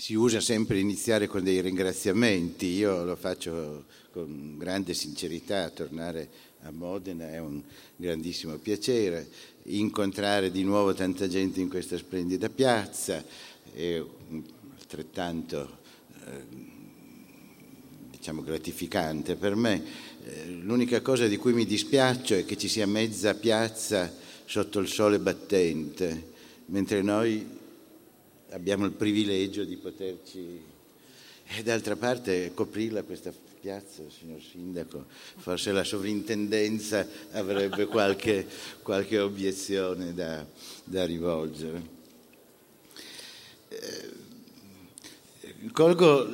Si usa sempre iniziare con dei ringraziamenti, io lo faccio con grande sincerità. Tornare a Modena è un grandissimo piacere, incontrare di nuovo tanta gente in questa splendida piazza è altrettanto gratificante per me. L'unica cosa di cui mi dispiaccio è che ci sia mezza piazza sotto il sole battente, mentre noi abbiamo il privilegio di poterci... E d'altra parte coprirla questa piazza, signor Sindaco, forse la sovrintendenza avrebbe qualche obiezione da rivolgere. Colgo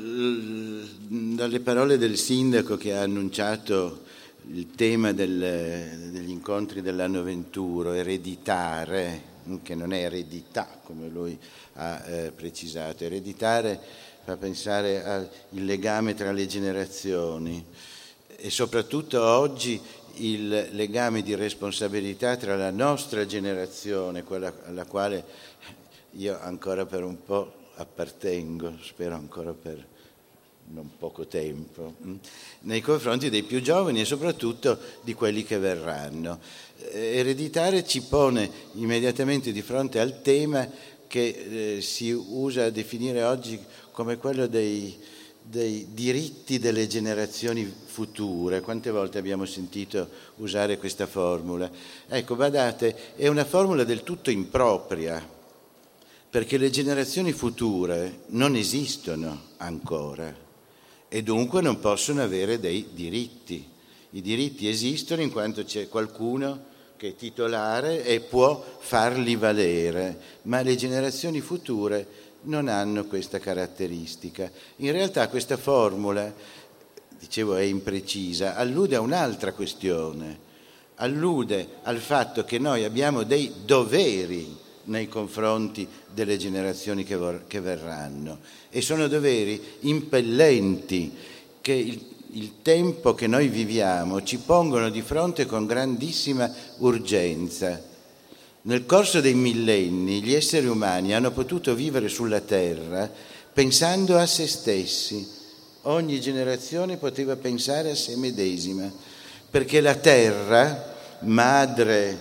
dalle parole del Sindaco che ha annunciato il tema degli incontri dell'anno venturo, ereditare, che non è eredità come lui ha precisato. Ereditare fa pensare al legame tra le generazioni e soprattutto oggi il legame di responsabilità tra la nostra generazione, quella alla quale io ancora per un po' appartengo, spero ancora per non poco tempo, nei confronti dei più giovani e soprattutto di quelli che verranno. Ereditare ci pone immediatamente di fronte al tema che si usa a definire oggi come quello dei diritti delle generazioni future. Quante volte abbiamo sentito usare questa formula? Ecco, badate, è una formula del tutto impropria, perché le generazioni future non esistono ancora e dunque non possono avere dei diritti. I diritti esistono in quanto c'è qualcuno che è titolare e può farli valere, ma le generazioni future non hanno questa caratteristica. In realtà questa formula, dicevo, è imprecisa, allude a un'altra questione, allude al fatto che noi abbiamo dei doveri nei confronti delle generazioni che verranno, e sono doveri impellenti che il tempo che noi viviamo ci pongono di fronte con grandissima urgenza. Nel corso dei millenni gli esseri umani hanno potuto vivere sulla terra pensando a se stessi. Ogni generazione poteva pensare a se medesima, perché la terra, madre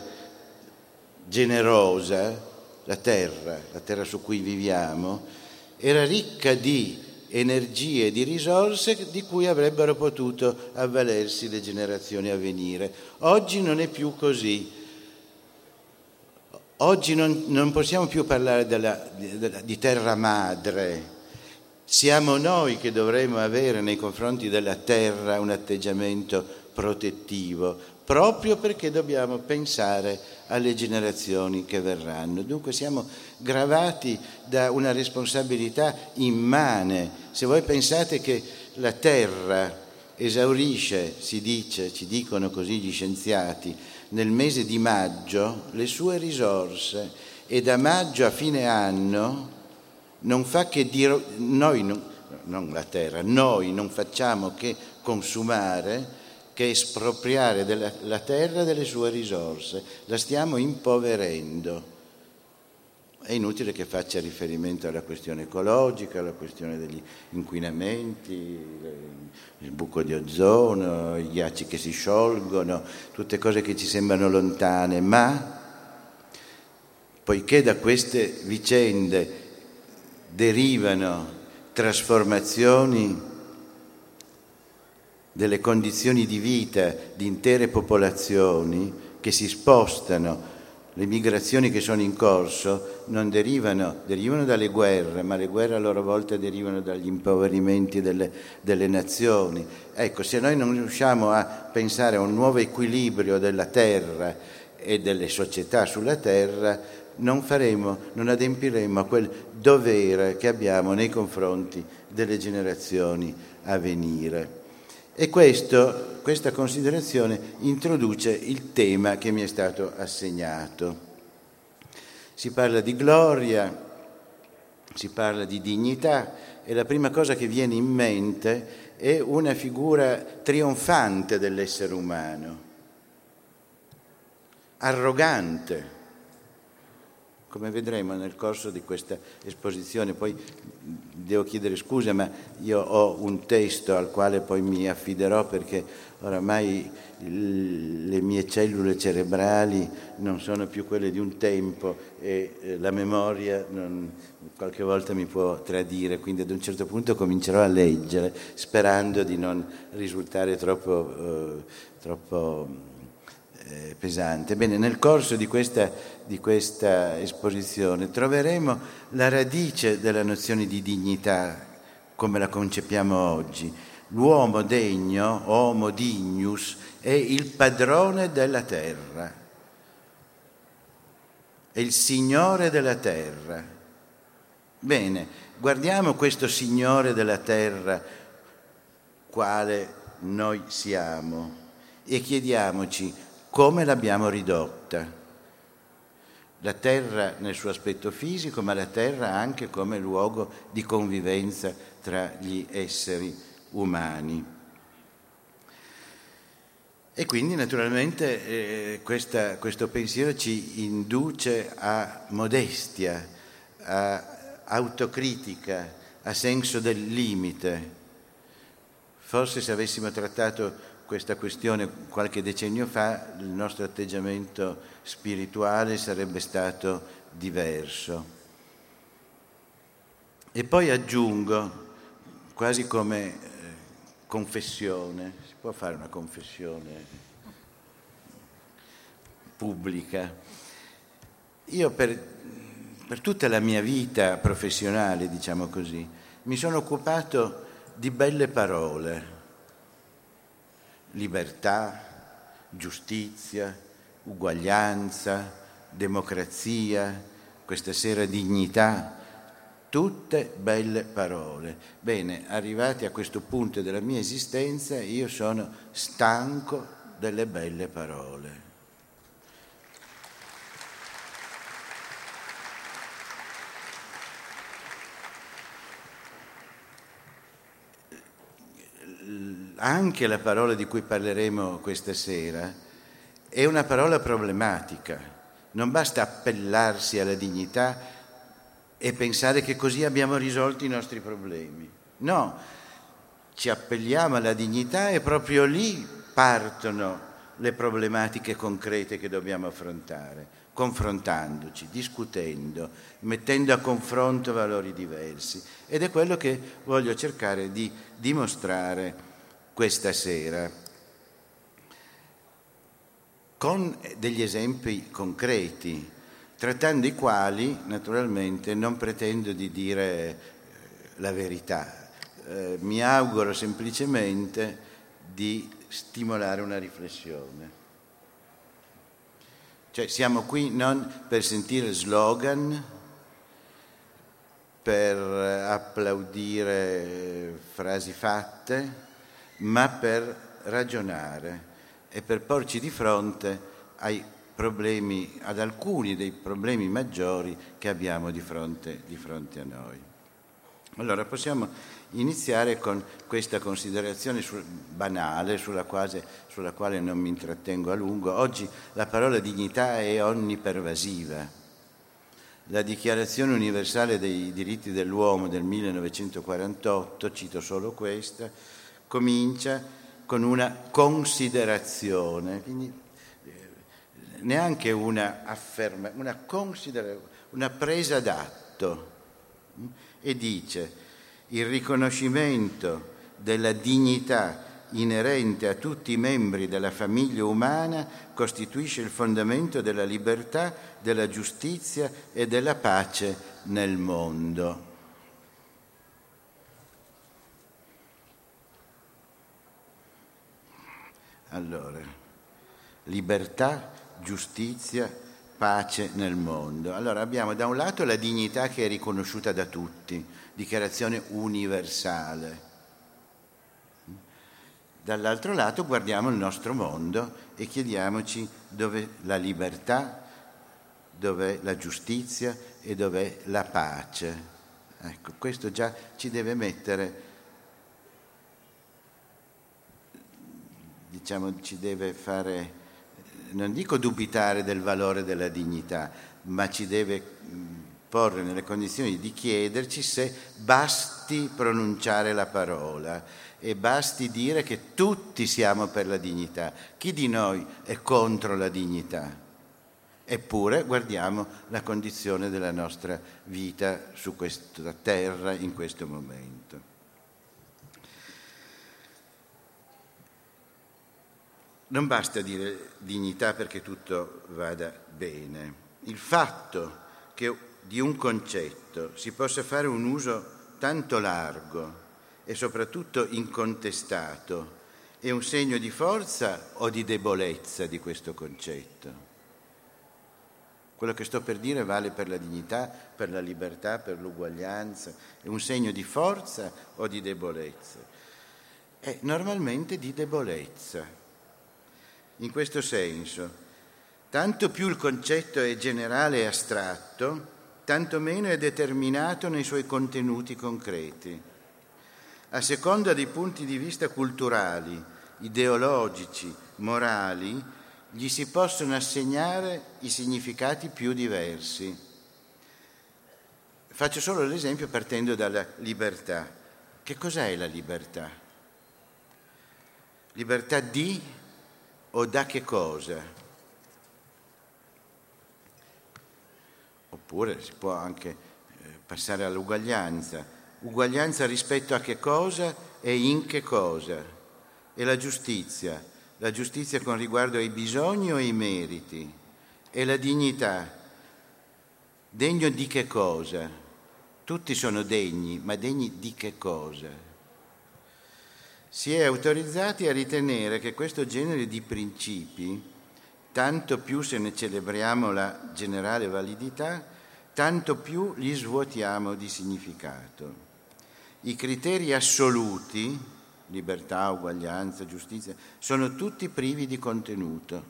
generosa, la terra su cui viviamo, era ricca di energie, di risorse di cui avrebbero potuto avvalersi le generazioni a venire. Oggi non è più così. Oggi non possiamo più parlare di terra madre. Siamo noi che dovremmo avere nei confronti della terra un atteggiamento protettivo, proprio perché dobbiamo pensare alle generazioni che verranno. Dunque siamo gravati da una responsabilità immane. Se voi pensate che la terra esaurisce, si dice, ci dicono così gli scienziati, nel mese di maggio le sue risorse, e da maggio a fine anno non fa che non la terra, noi non facciamo che consumare, che espropriare la terra delle sue risorse, la stiamo impoverendo. È inutile che faccia riferimento alla questione ecologica, alla questione degli inquinamenti, il buco di ozono, i ghiacci che si sciolgono, tutte cose che ci sembrano lontane, ma poiché da queste vicende derivano trasformazioni delle condizioni di vita di intere popolazioni che si spostano, le migrazioni che sono in corso non derivano dalle guerre, ma le guerre a loro volta derivano dagli impoverimenti delle nazioni. Ecco, se noi non riusciamo a pensare a un nuovo equilibrio della terra e delle società sulla terra, non adempiremo a quel dovere che abbiamo nei confronti delle generazioni a venire. E questa considerazione introduce il tema che mi è stato assegnato. Si parla di gloria, si parla di dignità, e la prima cosa che viene in mente è una figura trionfante dell'essere umano, arrogante, come vedremo nel corso di questa esposizione. Poi devo chiedere scusa, ma io ho un testo al quale poi mi affiderò, perché oramai le mie cellule cerebrali non sono più quelle di un tempo e la memoria qualche volta mi può tradire, quindi ad un certo punto comincerò a leggere, sperando di non risultare troppo pesante. Bene, nel corso di questa esposizione troveremo la radice della nozione di dignità come la concepiamo oggi. L'uomo degno, homo dignus, è il padrone della terra, è il signore della terra. Bene, guardiamo questo signore della terra quale noi siamo e chiediamoci come l'abbiamo ridotta. La terra nel suo aspetto fisico, ma la terra anche come luogo di convivenza tra gli esseri umani. E quindi naturalmente questo pensiero ci induce a modestia, a autocritica, a senso del limite. Forse se avessimo trattato questa questione qualche decennio fa, il nostro atteggiamento spirituale sarebbe stato diverso. E poi aggiungo, quasi come confessione, si può fare una confessione pubblica. Io per tutta la mia vita professionale, diciamo così, mi sono occupato di belle parole: libertà, giustizia, uguaglianza, democrazia, questa sera dignità, tutte belle parole. Bene, arrivati a questo punto della mia esistenza, io sono stanco delle belle parole. Anche la parola di cui parleremo questa sera è una parola problematica. Non basta appellarsi alla dignità e pensare che così abbiamo risolto i nostri problemi. No, ci appelliamo alla dignità e proprio lì partono le problematiche concrete che dobbiamo affrontare, confrontandoci, discutendo, mettendo a confronto valori diversi. Ed è quello che voglio cercare di dimostrare questa sera, con degli esempi concreti, trattando i quali naturalmente non pretendo di dire la verità, mi auguro semplicemente di stimolare una riflessione. Cioè siamo qui non per sentire slogan, per applaudire frasi fatte, ma per ragionare e per porci di fronte ai problemi, ad alcuni dei problemi maggiori che abbiamo di fronte a noi. Allora possiamo iniziare con questa considerazione banale sulla quale non mi intrattengo a lungo. Oggi la parola dignità è onnipervasiva. La Dichiarazione universale dei diritti dell'uomo del 1948, cito solo questa, comincia con una considerazione, quindi neanche una presa d'atto, e dice: il riconoscimento della dignità inerente a tutti i membri della famiglia umana costituisce il fondamento della libertà, della giustizia e della pace nel mondo. Allora, libertà, giustizia, pace nel mondo. Allora abbiamo da un lato la dignità che è riconosciuta da tutti, dichiarazione universale. Dall'altro lato guardiamo il nostro mondo e chiediamoci dov'è la libertà, dov'è la giustizia e dov'è la pace. Ecco, questo già ci deve mettere, ci deve fare non dico dubitare del valore della dignità, ma ci deve porre nelle condizioni di chiederci se basti pronunciare la parola e basti dire che tutti siamo per la dignità. Chi di noi è contro la dignità? Eppure guardiamo la condizione della nostra vita su questa terra in questo momento. Non basta dire dignità perché tutto vada bene. Il fatto che di un concetto si possa fare un uso tanto largo e soprattutto incontestato è un segno di forza o di debolezza di questo concetto? Quello che sto per dire vale per la dignità, per la libertà, per l'uguaglianza. È un segno di forza o di debolezza? È normalmente di debolezza. In questo senso, tanto più il concetto è generale e astratto, tanto meno è determinato nei suoi contenuti concreti. A seconda dei punti di vista culturali, ideologici, morali, gli si possono assegnare i significati più diversi. Faccio solo l'esempio partendo dalla libertà. Che cos'è la libertà? Libertà di o da che cosa? Oppure si può anche passare all'uguaglianza. Uguaglianza rispetto a che cosa e in che cosa? E la giustizia con riguardo ai bisogni o ai meriti? E la dignità, degno di che cosa? Tutti sono degni, ma degni di che cosa? Si è autorizzati a ritenere che questo genere di principi, tanto più se ne celebriamo la generale validità, tanto più li svuotiamo di significato. I criteri assoluti, libertà, uguaglianza, giustizia, sono tutti privi di contenuto.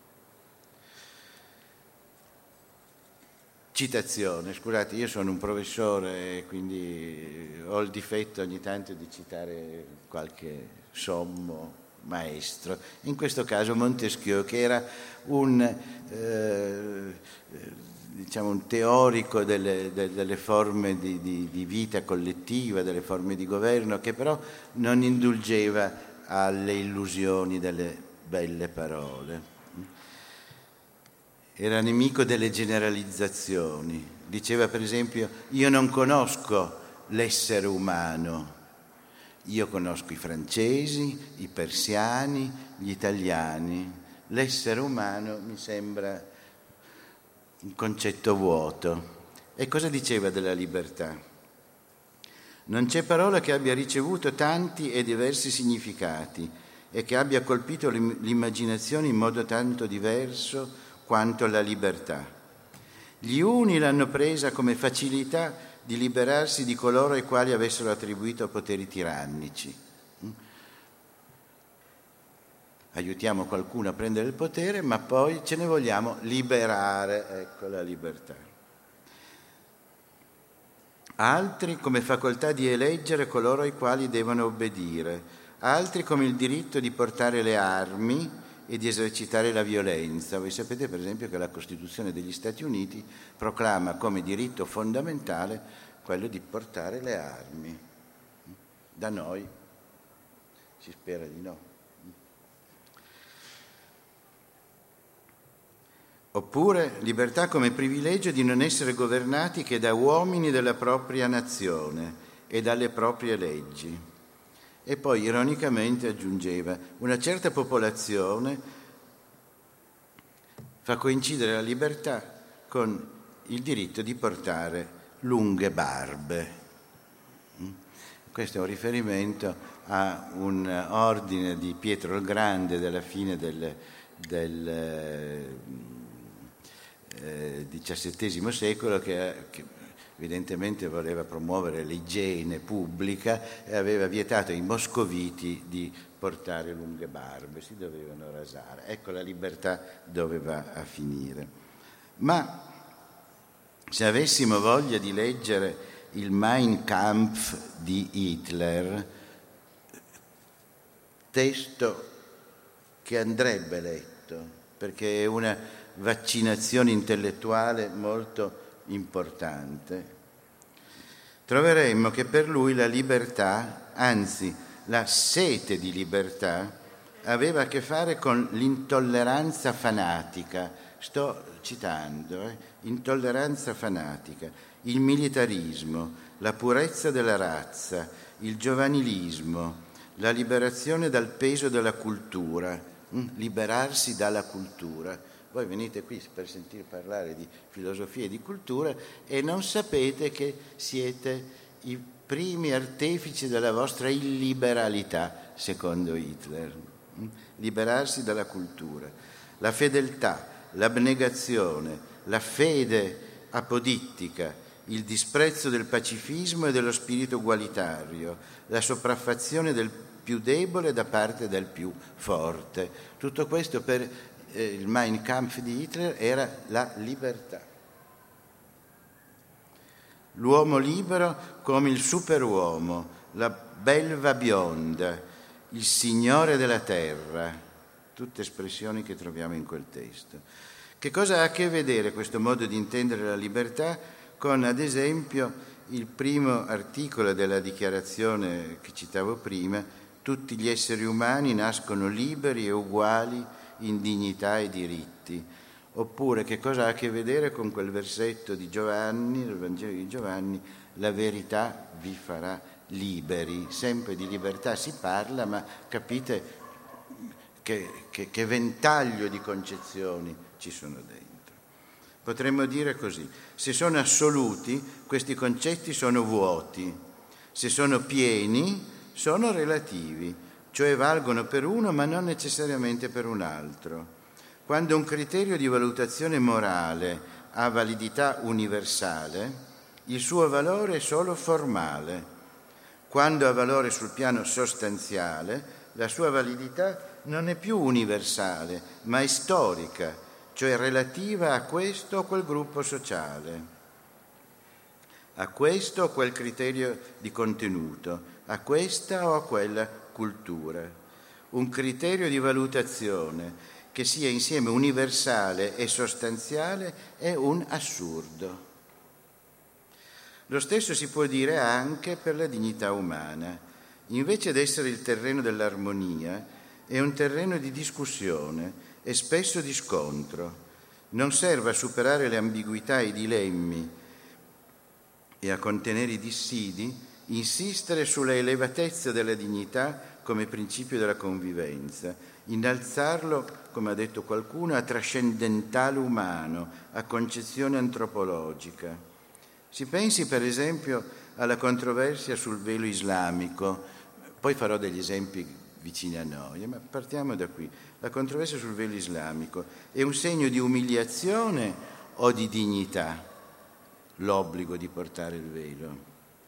Citazione, scusate, io sono un professore e quindi ho il difetto ogni tanto di citare qualche sommo maestro. In questo caso Montesquieu, che era un teorico delle forme di vita collettiva, delle forme di governo, che però non indulgeva alle illusioni delle belle parole. Era nemico delle generalizzazioni. Diceva per esempio: io non conosco l'essere umano, io conosco i francesi, i persiani, gli italiani. L'essere umano mi sembra un concetto vuoto. E cosa diceva della libertà? Non c'è parola che abbia ricevuto tanti e diversi significati e che abbia colpito l'immaginazione in modo tanto diverso quanto la libertà. Gli uni l'hanno presa come facilità di liberarsi di coloro ai quali avessero attribuito poteri tirannici. Aiutiamo qualcuno a prendere il potere, ma poi ce ne vogliamo liberare, ecco la libertà. Altri come facoltà di eleggere coloro ai quali devono obbedire, altri come il diritto di portare le armi e di esercitare la violenza. Voi sapete per esempio che la Costituzione degli Stati Uniti proclama come diritto fondamentale quello di portare le armi. Da noi si spera di no. Oppure libertà come privilegio di non essere governati che da uomini della propria nazione e dalle proprie leggi. E poi ironicamente aggiungeva: una certa popolazione fa coincidere la libertà con il diritto di portare lunghe barbe. Questo è un riferimento a un ordine di Pietro il Grande della fine del XVII secolo che evidentemente voleva promuovere l'igiene pubblica e aveva vietato ai moscoviti di portare lunghe barbe, si dovevano rasare. Ecco la libertà dove va a finire. Ma se avessimo voglia di leggere il Mein Kampf di Hitler, testo che andrebbe letto, perché è una vaccinazione intellettuale molto importante, troveremmo che per lui la libertà, anzi la sete di libertà, aveva a che fare con l'intolleranza fanatica. Sto citando, intolleranza fanatica, il militarismo, la purezza della razza, il giovanilismo, la liberazione dal peso della cultura, liberarsi dalla cultura. Voi venite qui per sentire parlare di filosofia e di cultura e non sapete che siete i primi artefici della vostra illiberalità, secondo Hitler. Liberarsi dalla cultura, la fedeltà, l'abnegazione, la fede apodittica, il disprezzo del pacifismo e dello spirito ugualitario, la sopraffazione del più debole da parte del più forte. Tutto questo per il Mein Kampf di Hitler era la libertà. L'uomo libero come il superuomo, la belva bionda, il signore della terra, tutte espressioni che troviamo in quel testo. Che cosa ha a che vedere questo modo di intendere la libertà con, ad esempio, il primo articolo della dichiarazione che citavo prima: tutti gli esseri umani nascono liberi e uguali in dignità e diritti. Oppure che cosa ha a che vedere con quel versetto di Giovanni, del Vangelo di Giovanni: la verità vi farà liberi. Sempre di libertà si parla, ma capite che ventaglio di concezioni ci sono dentro. Potremmo dire così: se sono assoluti, questi concetti sono vuoti; se sono pieni, sono relativi, cioè valgono per uno ma non necessariamente per un altro. Quando un criterio di valutazione morale ha validità universale, il suo valore è solo formale. Quando ha valore sul piano sostanziale, la sua validità non è più universale, ma è storica, cioè relativa a questo o quel gruppo sociale, a questo o quel criterio di contenuto, a questa o a quella cultura. Un criterio di valutazione che sia insieme universale e sostanziale è un assurdo. Lo stesso si può dire anche per la dignità umana. Invece di essere il terreno dell'armonia, è un terreno di discussione e spesso di scontro. Non serve a superare le ambiguità e i dilemmi e a contenere i dissidi insistere sulla elevatezza della dignità come principio della convivenza, innalzarlo, come ha detto qualcuno, a trascendentale umano, a concezione antropologica. Si pensi per esempio alla controversia sul velo islamico, poi farò degli esempi vicini a noi, ma partiamo da qui. La controversia sul velo islamico è un segno di umiliazione o di dignità, l'obbligo di portare il velo?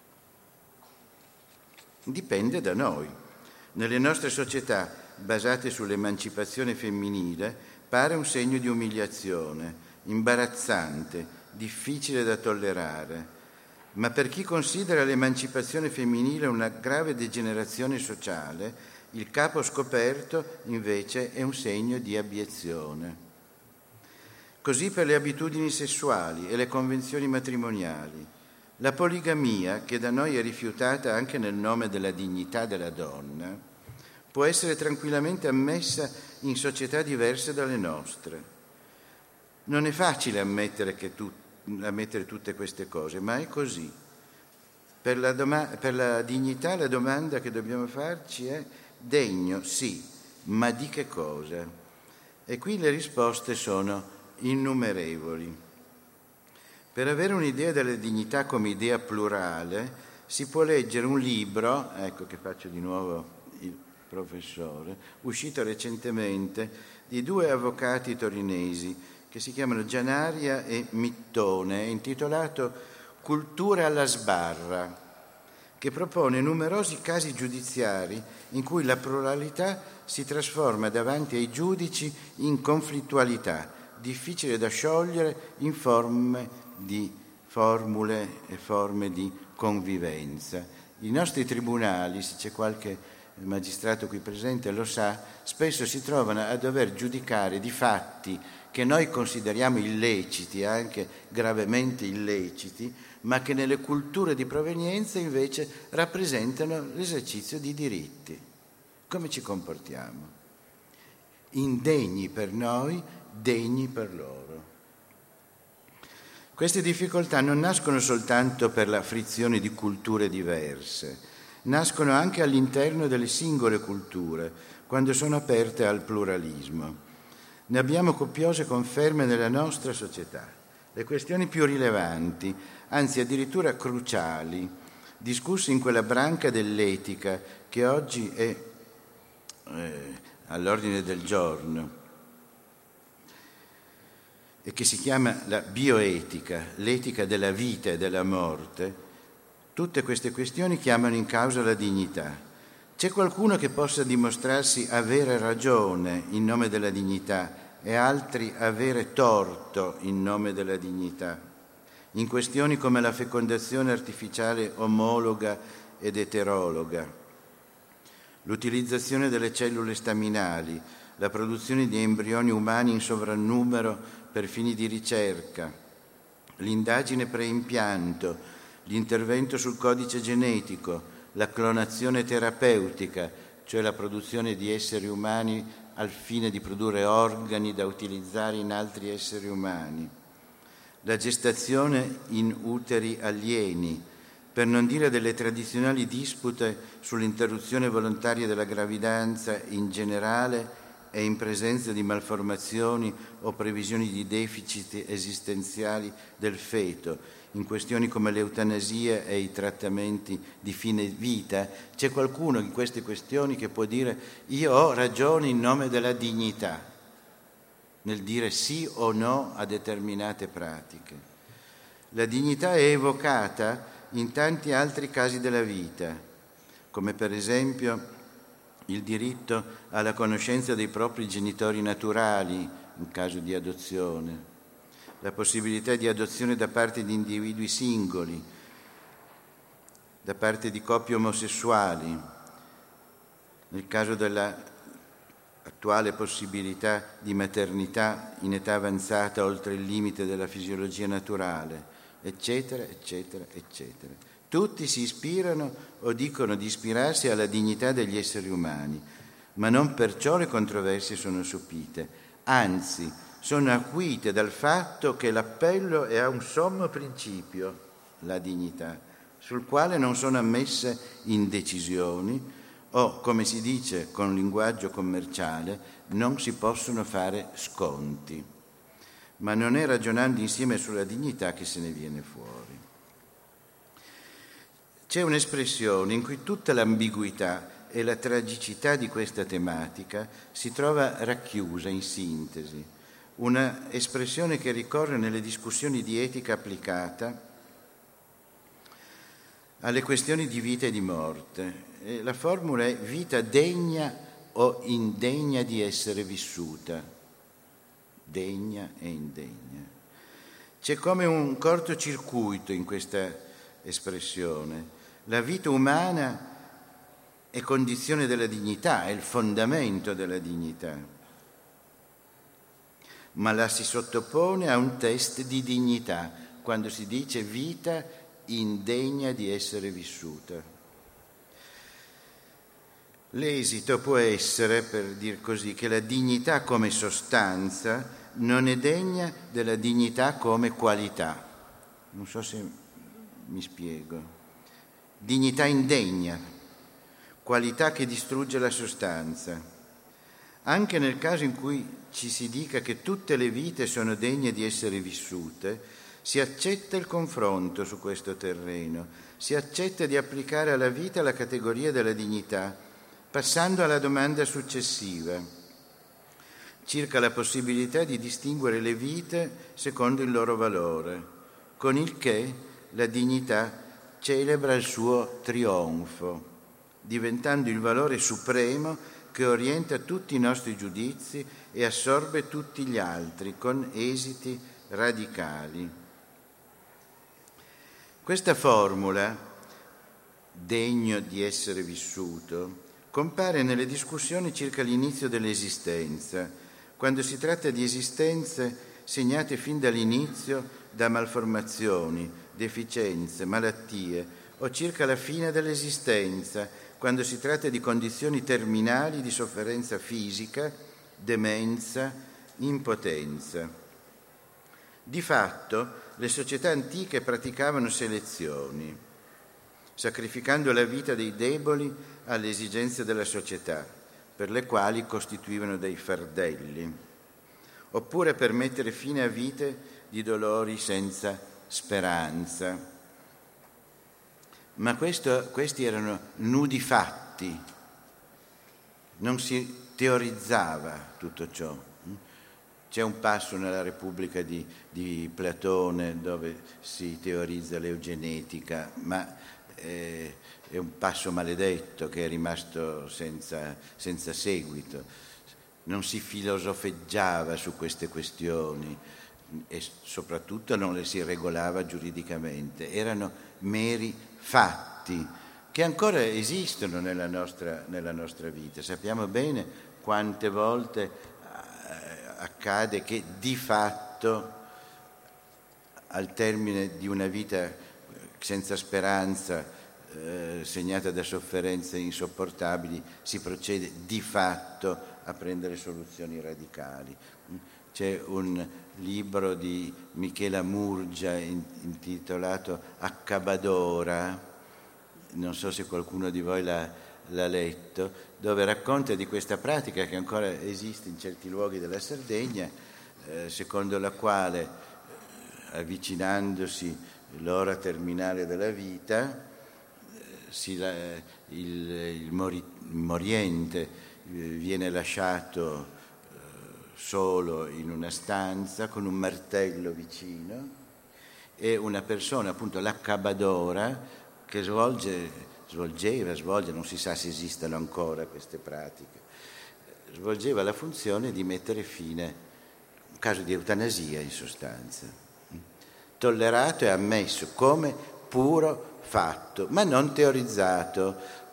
Dipende da noi. Nelle nostre società basate sull'emancipazione femminile pare un segno di umiliazione, imbarazzante, difficile da tollerare, ma per chi considera l'emancipazione femminile una grave degenerazione sociale, il capo scoperto invece è un segno di abiezione. Così per le abitudini sessuali e le convenzioni matrimoniali. La poligamia, che da noi è rifiutata anche nel nome della dignità della donna, può essere tranquillamente ammessa in società diverse dalle nostre. Non è facile ammettere tutte queste cose, ma è così. Per la dignità la domanda che dobbiamo farci è: degno, sì, ma di che cosa? E qui le risposte sono innumerevoli. Per avere un'idea della dignità come idea plurale si può leggere un libro, ecco che faccio di nuovo il professore, uscito recentemente, di due avvocati torinesi che si chiamano Gianaria e Mittone, intitolato Cultura alla sbarra, che propone numerosi casi giudiziari in cui la pluralità si trasforma davanti ai giudici in conflittualità, difficile da sciogliere in formule e forme di convivenza. I nostri tribunali, se c'è qualche il magistrato qui presente lo sa, spesso si trovano a dover giudicare di fatti che noi consideriamo illeciti, anche gravemente illeciti, ma che nelle culture di provenienza invece rappresentano l'esercizio di diritti. Come ci comportiamo? Indegni per noi, degni per loro. Queste difficoltà non nascono soltanto per la frizione di culture diverse, nascono anche all'interno delle singole culture, quando sono aperte al pluralismo. Ne abbiamo copiose conferme nella nostra società. Le questioni più rilevanti, anzi addirittura cruciali, discusse in quella branca dell'etica che oggi è all'ordine del giorno e che si chiama la bioetica, l'etica della vita e della morte, tutte queste questioni chiamano in causa la dignità. C'è qualcuno che possa dimostrarsi avere ragione in nome della dignità e altri avere torto in nome della dignità, in questioni come la fecondazione artificiale omologa ed eterologa, l'utilizzazione delle cellule staminali, la produzione di embrioni umani in sovrannumero per fini di ricerca, l'indagine preimpianto, l'intervento sul codice genetico, la clonazione terapeutica, cioè la produzione di esseri umani al fine di produrre organi da utilizzare in altri esseri umani, la gestazione in uteri alieni, per non dire delle tradizionali dispute sull'interruzione volontaria della gravidanza in generale e in presenza di malformazioni o previsioni di deficit esistenziali del feto, in questioni come l'eutanasia e i trattamenti di fine vita. C'è qualcuno in queste questioni che può dire io ho ragione in nome della dignità nel dire sì o no a determinate pratiche. La dignità è evocata in tanti altri casi della vita, come per esempio il diritto alla conoscenza dei propri genitori naturali in caso di adozione, la possibilità di adozione da parte di individui singoli, da parte di coppie omosessuali, nel caso dell'attuale possibilità di maternità in età avanzata oltre il limite della fisiologia naturale, eccetera, eccetera, eccetera. Tutti si ispirano o dicono di ispirarsi alla dignità degli esseri umani, ma non perciò le controversie sono sopite, anzi sono acuite dal fatto che l'appello è a un sommo principio, la dignità, sul quale non sono ammesse indecisioni o, come si dice con linguaggio commerciale, non si possono fare sconti. Ma non è ragionando insieme sulla dignità che se ne viene fuori. C'è un'espressione in cui tutta l'ambiguità e la tragicità di questa tematica si trova racchiusa in sintesi, una espressione che ricorre nelle discussioni di etica applicata alle questioni di vita e di morte. E la formula è vita degna o indegna di essere vissuta. Degna e indegna. C'è come un cortocircuito in questa espressione. La vita umana è condizione della dignità, è il fondamento della dignità, ma la si sottopone a un test di dignità quando si dice vita indegna di essere vissuta. L'esito può essere, per dir così, che la dignità come sostanza non è degna della dignità come qualità. Non so se mi spiego. Dignità indegna, qualità che distrugge la sostanza. Anche nel caso in cui ci si dica che tutte le vite sono degne di essere vissute, si accetta il confronto su questo terreno, si accetta di applicare alla vita la categoria della dignità, passando alla domanda successiva, circa la possibilità di distinguere le vite secondo il loro valore, con il che la dignità celebra il suo trionfo, diventando il valore supremo che orienta tutti i nostri giudizi e assorbe tutti gli altri con esiti radicali. Questa formula, degno di essere vissuto, compare nelle discussioni circa l'inizio dell'esistenza, quando si tratta di esistenze segnate fin dall'inizio da malformazioni, deficienze, malattie, o circa la fine dell'esistenza, quando si tratta di condizioni terminali di sofferenza fisica, demenza, impotenza. Di fatto, le società antiche praticavano selezioni, sacrificando la vita dei deboli alle esigenze della società, per le quali costituivano dei fardelli, oppure per mettere fine a vite di dolori senza speranza. Ma questi erano nudi fatti, non si teorizzava tutto ciò. C'è un passo nella Repubblica di Platone dove si teorizza l'eugenetica, ma è un passo maledetto che è rimasto senza seguito. Non si filosofeggiava su queste questioni e soprattutto non le si regolava giuridicamente. Erano meri fatti che ancora esistono nella nostra vita. Sappiamo bene quante volte accade che di fatto al termine di una vita senza speranza, segnata da sofferenze insopportabili, si procede di fatto a prendere soluzioni radicali. C'è un libro di Michela Murgia intitolato Accabadora, non so se qualcuno di voi l'ha letto, dove racconta di questa pratica che ancora esiste in certi luoghi della Sardegna, secondo la quale, avvicinandosi l'ora terminale della vita, il moriente viene lasciato solo in una stanza con un martello vicino e una persona, appunto l'accabadora, che svolge, non si sa se esistano ancora queste pratiche, svolgeva la funzione di mettere fine, un caso di eutanasia in sostanza, tollerato e ammesso come puro fatto, ma non teorizzato.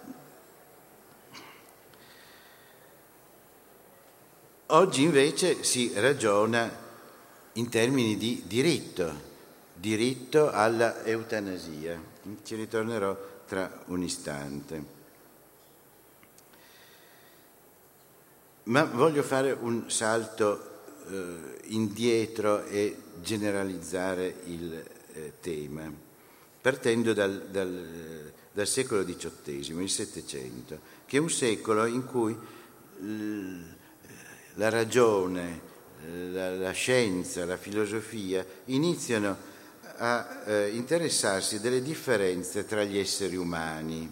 Oggi invece si ragiona in termini di diritto alla eutanasia. Ci ritornerò tra un istante. Ma voglio fare un salto indietro e generalizzare il tema, partendo dal secolo XVIII, il Settecento, che è un secolo in cui la ragione, la scienza, la filosofia iniziano a interessarsi delle differenze tra gli esseri umani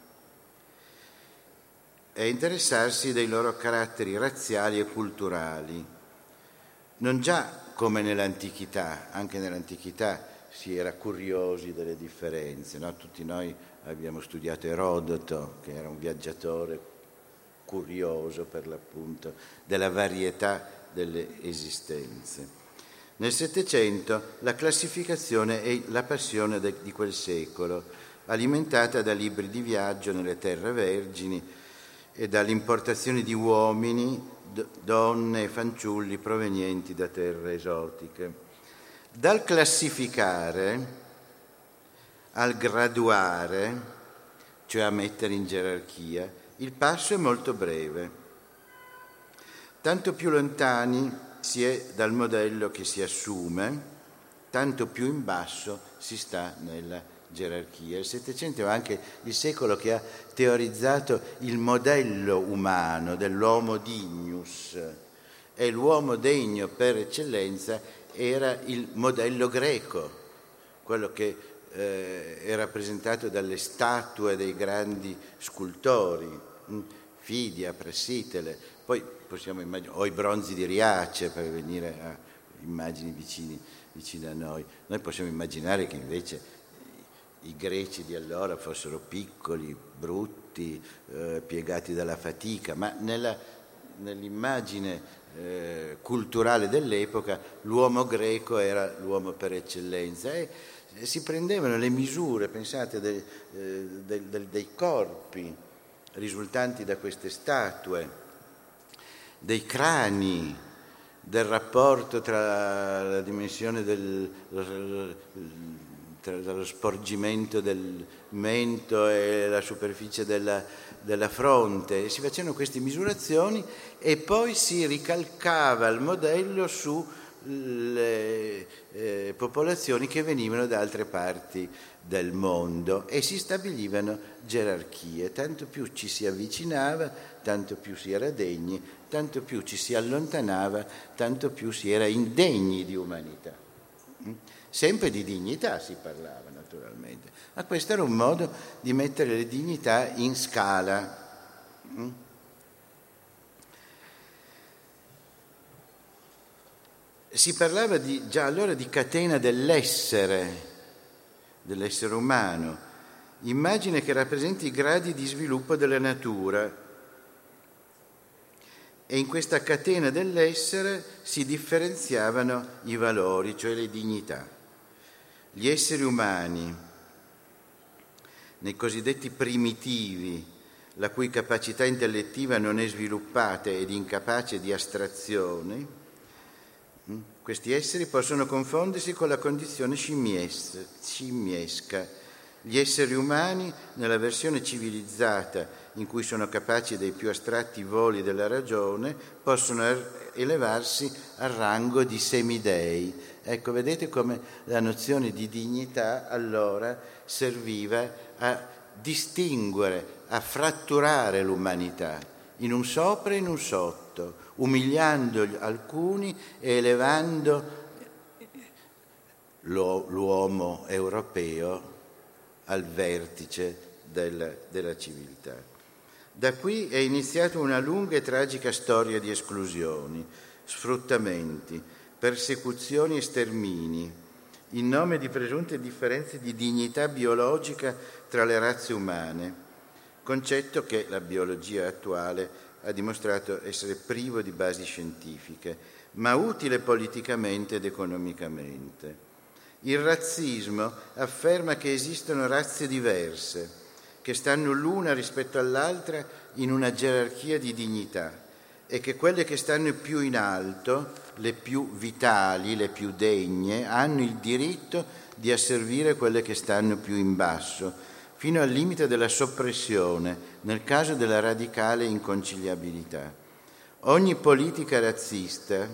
e interessarsi dei loro caratteri razziali e culturali. Non già come nell'antichità, anche nell'antichità si era curiosi delle differenze, no? Tutti noi abbiamo studiato Erodoto, che era un viaggiatore curioso per l'appunto della varietà delle esistenze. Nel Settecento la classificazione è la passione di quel secolo, alimentata da libri di viaggio nelle terre vergini e dall'importazione di uomini, donne e fanciulli provenienti da terre esotiche. Dal classificare al graduare, cioè a mettere in gerarchia, il passo è molto breve. Tanto più lontani si è dal modello che si assume, tanto più in basso si sta nella gerarchia. Il Settecento è anche il secolo che ha teorizzato il modello umano dell'homo dignus, e l'uomo degno per eccellenza era il modello greco, quello che è rappresentato dalle statue dei grandi scultori, Fidia, Prassitele, poi possiamo immaginare, o i bronzi di Riace, per venire a immagini vicine a noi. Noi possiamo immaginare che invece i greci di allora fossero piccoli, brutti, piegati dalla fatica, ma nell'immagine culturale dell'epoca l'uomo greco era l'uomo per eccellenza e si prendevano le misure, pensate, dei corpi risultanti da queste statue, dei crani, del rapporto tra la dimensione dello sporgimento del mento e la superficie della fronte. Si facevano queste misurazioni e poi si ricalcava il modello sulle popolazioni che venivano da altre parti del mondo e si stabilivano gerarchie. Tanto più ci si avvicinava, tanto più si era degni, tanto più ci si allontanava, tanto più si era indegni di umanità. Sempre di dignità si parlava, naturalmente, ma questo era un modo di mettere le dignità in scala. Si parlava già allora di catena dell'essere umano, immagine che rappresenti i gradi di sviluppo della natura. E in questa catena dell'essere si differenziavano i valori, cioè le dignità. Gli esseri umani, nei cosiddetti primitivi, la cui capacità intellettiva non è sviluppata ed incapace di astrazione, questi esseri possono confondersi con la condizione scimmiesca. Gli esseri umani, nella versione civilizzata in cui sono capaci dei più astratti voli della ragione, possono elevarsi al rango di semidei. Ecco, vedete come la nozione di dignità allora serviva a distinguere, a fratturare l'umanità in un sopra e in un sotto, umiliando alcuni e elevando l'uomo europeo al vertice della civiltà. Da qui è iniziata una lunga e tragica storia di esclusioni, sfruttamenti, persecuzioni e stermini, in nome di presunte differenze di dignità biologica tra le razze umane, concetto che la biologia attuale ha dimostrato essere privo di basi scientifiche, ma utile politicamente ed economicamente. Il razzismo afferma che esistono razze diverse, che stanno l'una rispetto all'altra in una gerarchia di dignità e che quelle che stanno più in alto, le più vitali, le più degne, hanno il diritto di asservire quelle che stanno più in basso, fino al limite della soppressione, nel caso della radicale inconciliabilità. Ogni politica razzista,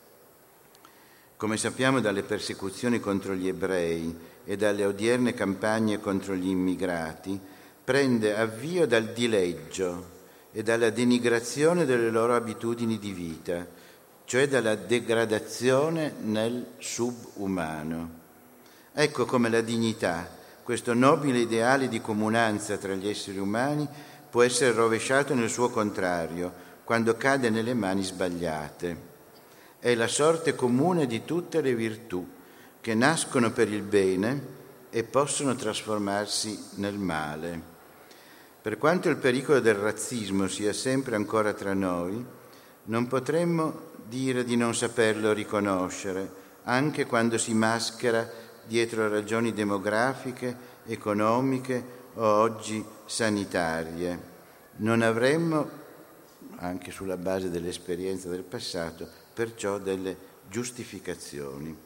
come sappiamo dalle persecuzioni contro gli ebrei e dalle odierne campagne contro gli immigrati, prende avvio dal dileggio e dalla denigrazione delle loro abitudini di vita, cioè dalla degradazione nel subumano. Ecco come la dignità, questo nobile ideale di comunanza tra gli esseri umani, può essere rovesciato nel suo contrario, quando cade nelle mani sbagliate. È la sorte comune di tutte le virtù, che nascono per il bene e possono trasformarsi nel male. Per quanto il pericolo del razzismo sia sempre ancora tra noi, non potremmo dire di non saperlo riconoscere, anche quando si maschera dietro ragioni demografiche, economiche o oggi sanitarie. Non avremmo, anche sulla base dell'esperienza del passato, perciò delle giustificazioni.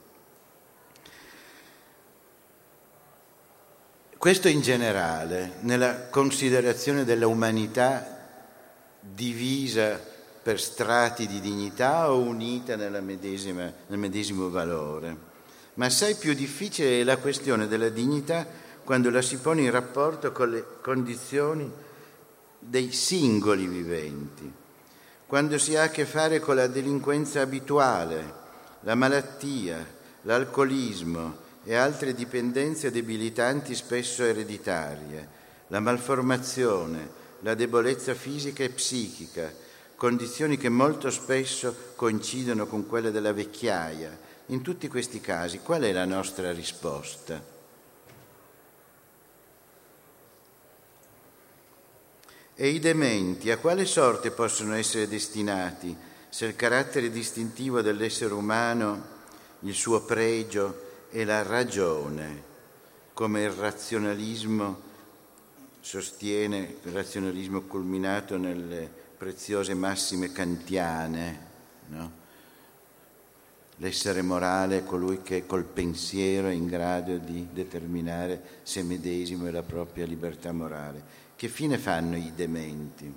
Questo in generale, nella considerazione della umanità divisa per strati di dignità o unita nel medesimo valore. Ma assai più difficile è la questione della dignità quando la si pone in rapporto con le condizioni dei singoli viventi, quando si ha a che fare con la delinquenza abituale, la malattia, l'alcolismo e altre dipendenze debilitanti spesso ereditarie, la malformazione, la debolezza fisica e psichica, condizioni che molto spesso coincidono con quelle della vecchiaia. In tutti questi casi, qual è la nostra risposta? E i dementi a quale sorte possono essere destinati se il carattere distintivo dell'essere umano, il suo pregio, è la ragione, come il razionalismo sostiene il razionalismo culminato nelle preziose massime kantiane, no? L'essere morale è colui che col pensiero è in grado di determinare se medesimo e la propria libertà morale. Che fine fanno i dementi?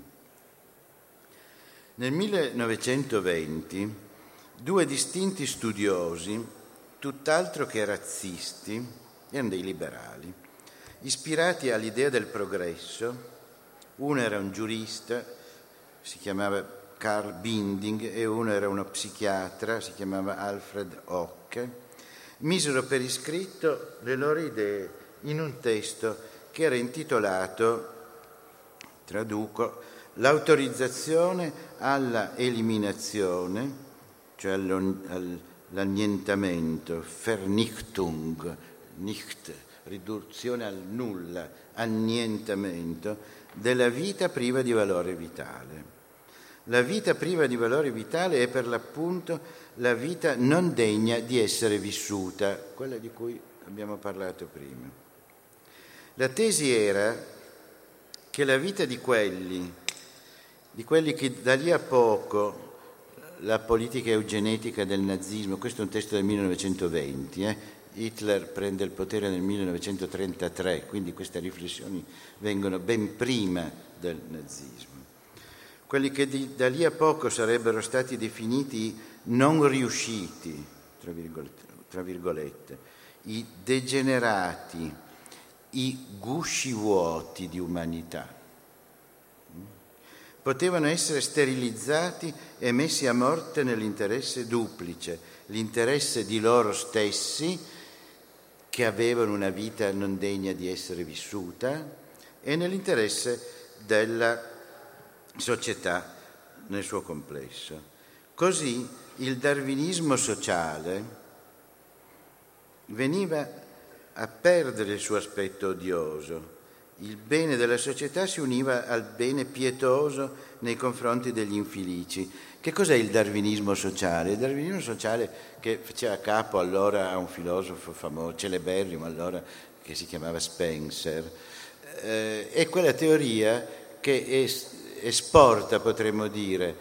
Nel 1920 due distinti studiosi, tutt'altro che razzisti, erano dei liberali, ispirati all'idea del progresso. Uno era un giurista, si chiamava Carl Binding, e uno era uno psichiatra, si chiamava Alfred Hoche, misero per iscritto le loro idee in un testo che era intitolato, traduco, l'autorizzazione alla eliminazione, cioè all'annientamento, Vernichtung, nicht, riduzione al nulla, annientamento della vita priva di valore vitale. La vita priva di valore vitale è per l'appunto la vita non degna di essere vissuta, quella di cui abbiamo parlato prima. La tesi era che la vita di quelli che da lì a poco la politica eugenetica del nazismo, questo è un testo del 1920, Hitler prende il potere nel 1933, quindi queste riflessioni vengono ben prima del nazismo. Quelli che da lì a poco sarebbero stati definiti non riusciti, tra virgolette, i degenerati, i gusci vuoti di umanità, potevano essere sterilizzati e messi a morte nell'interesse duplice, l'interesse di loro stessi, che avevano una vita non degna di essere vissuta, e nell'interesse della società nel suo complesso. Così il darwinismo sociale veniva a perdere il suo aspetto odioso. Il bene della società si univa al bene pietoso nei confronti degli infelici. Che cos'è il darwinismo sociale? Il darwinismo sociale, che faceva capo allora a un filosofo famoso, celeberrimo allora, che si chiamava Spencer, è quella teoria che esporta, potremmo dire,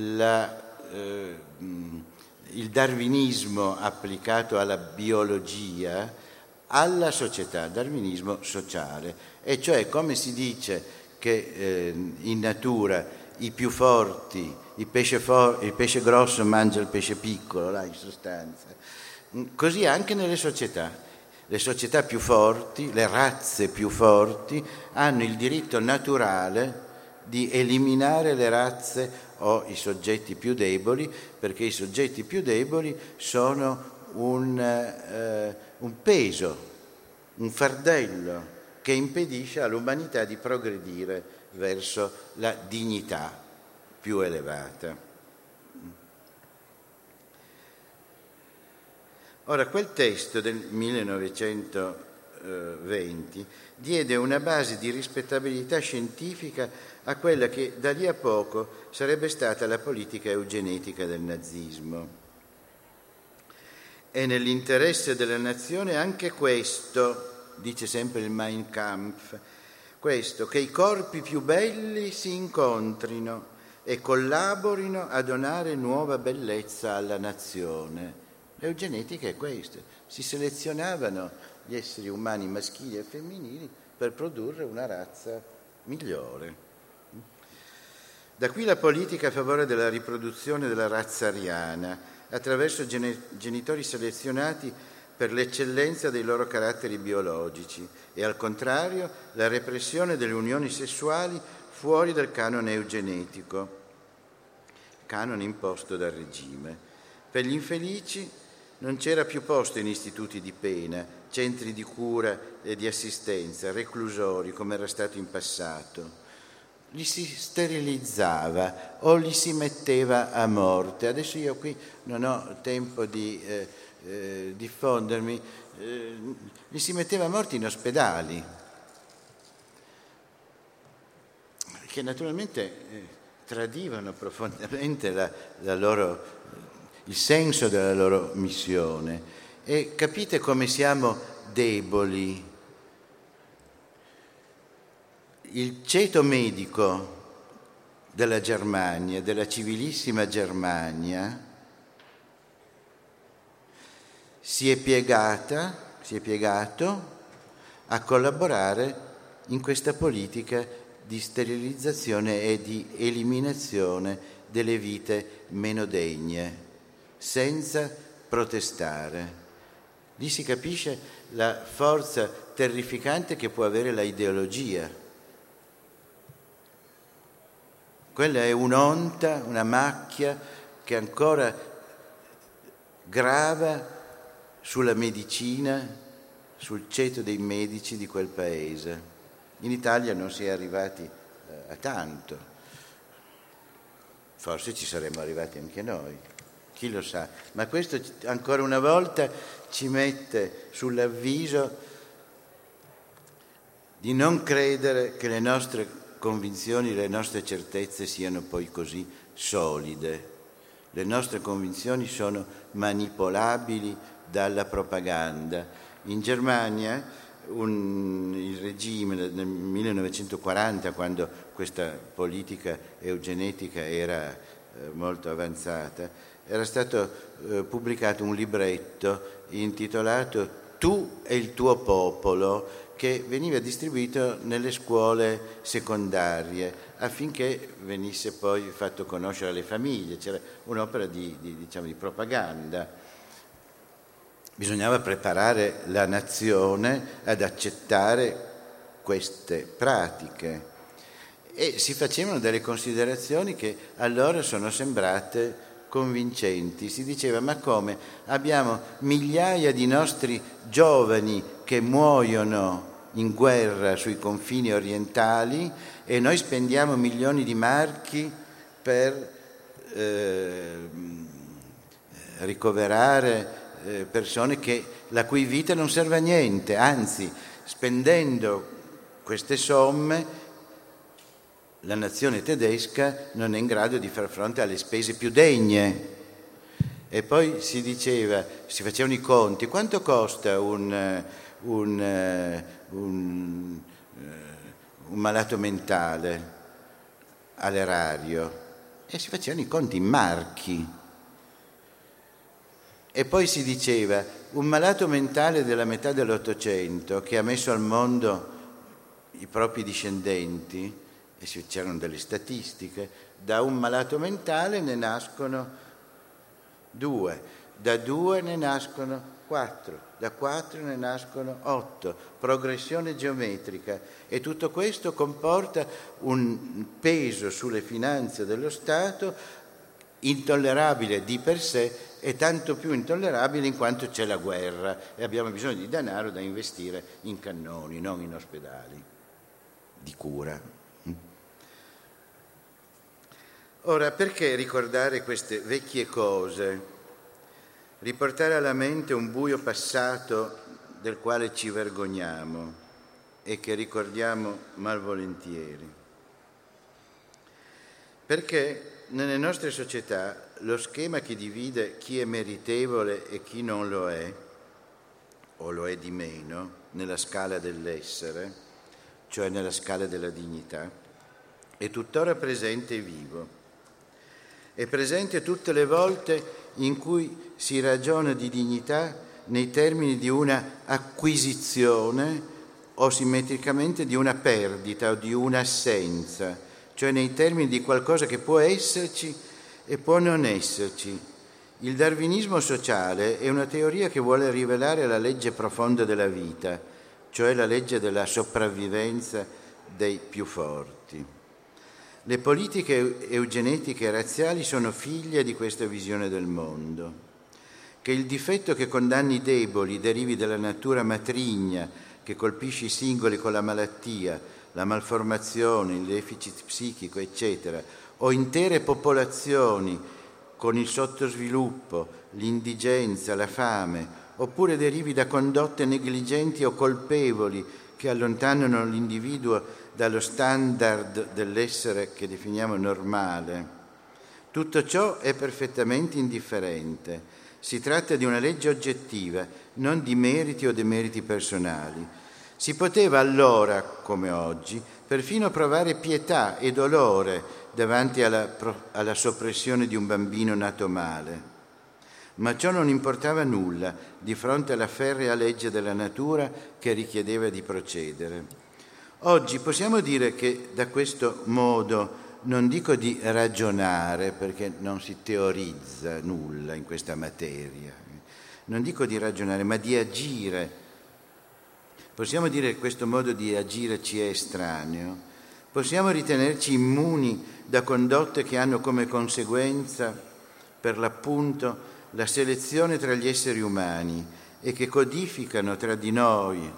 il darwinismo applicato alla biologia alla società, darwinismo sociale. E cioè, come si dice che in natura i più forti, il pesce grosso mangia il pesce piccolo, là in sostanza, così anche nelle società. Le società più forti, le razze più forti, hanno il diritto naturale di eliminare le razze o i soggetti più deboli, perché i soggetti più deboli sono un peso, un fardello che impedisce all'umanità di progredire verso la dignità più elevata. Ora, quel testo del 1920 diede una base di rispettabilità scientifica a quella che da lì a poco sarebbe stata la politica eugenetica del nazismo. È nell'interesse della nazione anche questo, dice sempre il Mein Kampf, questo, che i corpi più belli si incontrino e collaborino a donare nuova bellezza alla nazione. L'eugenetica è questo: si selezionavano gli esseri umani maschili e femminili per produrre una razza migliore. Da qui la politica a favore della riproduzione della razza ariana attraverso genitori selezionati per l'eccellenza dei loro caratteri biologici e, al contrario, la repressione delle unioni sessuali fuori dal canone eugenetico, canone imposto dal regime. Per gli infelici non c'era più posto in istituti di pena, centri di cura e di assistenza, reclusori come era stato in passato. Li si sterilizzava o li si metteva a morte. Adesso io qui non ho tempo di diffondermi. Li si metteva a morte in ospedali, che naturalmente tradivano profondamente il senso della loro missione. E capite come siamo deboli. il ceto medico della Germania, della civilissima Germania, si è piegato a collaborare in questa politica di sterilizzazione e di eliminazione delle vite meno degne, senza protestare. Lì si capisce la forza terrificante che può avere la ideologia. Quella è un'onta, una macchia che ancora grava sulla medicina, sul ceto dei medici di quel paese. In Italia non si è arrivati a tanto, forse ci saremmo arrivati anche noi, chi lo sa, ma questo ancora una volta ci mette sull'avviso di non credere che le nostre convinzioni, le nostre certezze siano poi così solide. Le nostre convinzioni sono manipolabili dalla propaganda. In Germania il regime nel 1940, quando questa politica eugenetica era molto avanzata, era stato pubblicato un libretto intitolato Tu e il tuo popolo, che veniva distribuito nelle scuole secondarie affinché venisse poi fatto conoscere alle famiglie. C'era un'opera di propaganda. Bisognava preparare la nazione ad accettare queste pratiche e si facevano delle considerazioni che allora sono sembrate convincenti. Si diceva: ma come? Abbiamo migliaia di nostri giovani che muoiono in guerra sui confini orientali e noi spendiamo milioni di marchi per ricoverare persone la cui vita non serve a niente, anzi, spendendo queste somme la nazione tedesca non è in grado di far fronte alle spese più degne. E poi si facevano i conti: quanto costa un malato mentale all'erario? E si facevano i conti in marchi. E poi si diceva: un malato mentale della metà dell'Ottocento che ha messo al mondo i propri discendenti, e c'erano delle statistiche, da un malato mentale ne nascono 2, da 2 ne nascono 4, da 4 ne nascono 8, progressione geometrica, e tutto questo comporta un peso sulle finanze dello Stato intollerabile di per sé e tanto più intollerabile in quanto c'è la guerra e abbiamo bisogno di denaro da investire in cannoni, non in ospedali di cura. Ora, perché ricordare queste vecchie cose? Riportare alla mente un buio passato del quale ci vergogniamo e che ricordiamo malvolentieri. Perché nelle nostre società lo schema che divide chi è meritevole e chi non lo è, o lo è di meno, nella scala dell'essere, cioè nella scala della dignità, è tuttora presente e vivo. È presente tutte le volte in cui si ragiona di dignità nei termini di una acquisizione o simmetricamente di una perdita o di un'assenza, cioè nei termini di qualcosa che può esserci e può non esserci. Il darwinismo sociale è una teoria che vuole rivelare la legge profonda della vita, cioè la legge della sopravvivenza dei più forti. Le politiche eugenetiche e razziali sono figlie di questa visione del mondo. Che il difetto che condanni i deboli derivi dalla natura matrigna che colpisce i singoli con la malattia, la malformazione, il deficit psichico, eccetera, o intere popolazioni con il sottosviluppo, l'indigenza, la fame, oppure derivi da condotte negligenti o colpevoli che allontanano l'individuo dallo standard dell'essere che definiamo normale. Tutto ciò è perfettamente indifferente. Si tratta di una legge oggettiva, non di meriti o demeriti personali. Si poteva allora, come oggi, perfino provare pietà e dolore davanti alla soppressione di un bambino nato male. Ma ciò non importava nulla di fronte alla ferrea legge della natura che richiedeva di procedere. Oggi possiamo dire che da questo modo, non dico di ragionare, perché non si teorizza nulla in questa materia, non dico di ragionare, ma di agire. Possiamo dire che questo modo di agire ci è estraneo? Possiamo ritenerci immuni da condotte che hanno come conseguenza, per l'appunto, la selezione tra gli esseri umani e che codificano tra di noi,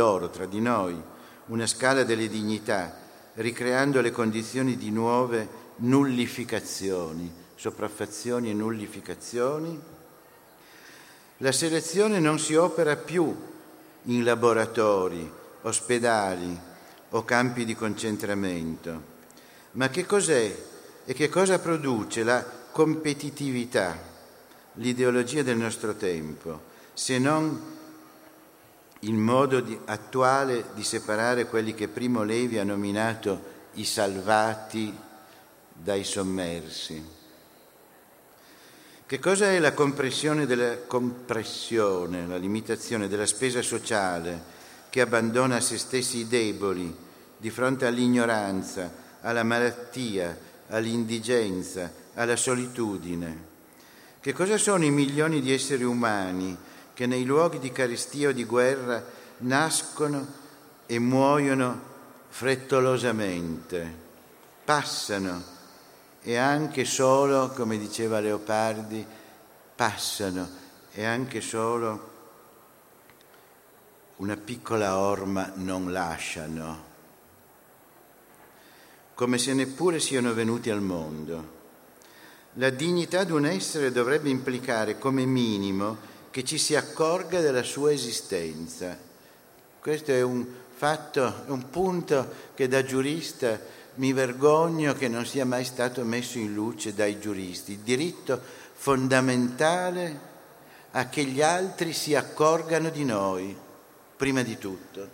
una scala delle dignità, ricreando le condizioni di nuove nullificazioni, sopraffazioni e nullificazioni? La selezione non si opera più in laboratori, ospedali o campi di concentramento, ma che cos'è e che cosa produce la competitività, l'ideologia del nostro tempo, se non il modo attuale di separare quelli che Primo Levi ha nominato i salvati dai sommersi? Che cosa è la compressione, la limitazione della spesa sociale che abbandona a se stessi i deboli di fronte all'ignoranza, alla malattia, all'indigenza, alla solitudine? Che cosa sono i milioni di esseri umani che nei luoghi di carestia o di guerra nascono e muoiono frettolosamente, passano e anche solo, come diceva Leopardi, passano e anche solo una piccola orma non lasciano, come se neppure siano venuti al mondo. La dignità di un essere dovrebbe implicare come minimo che ci si accorga della sua esistenza. Questo è un fatto, è un punto che da giurista mi vergogno che non sia mai stato messo in luce dai giuristi. Il diritto fondamentale a che gli altri si accorgano di noi, prima di tutto.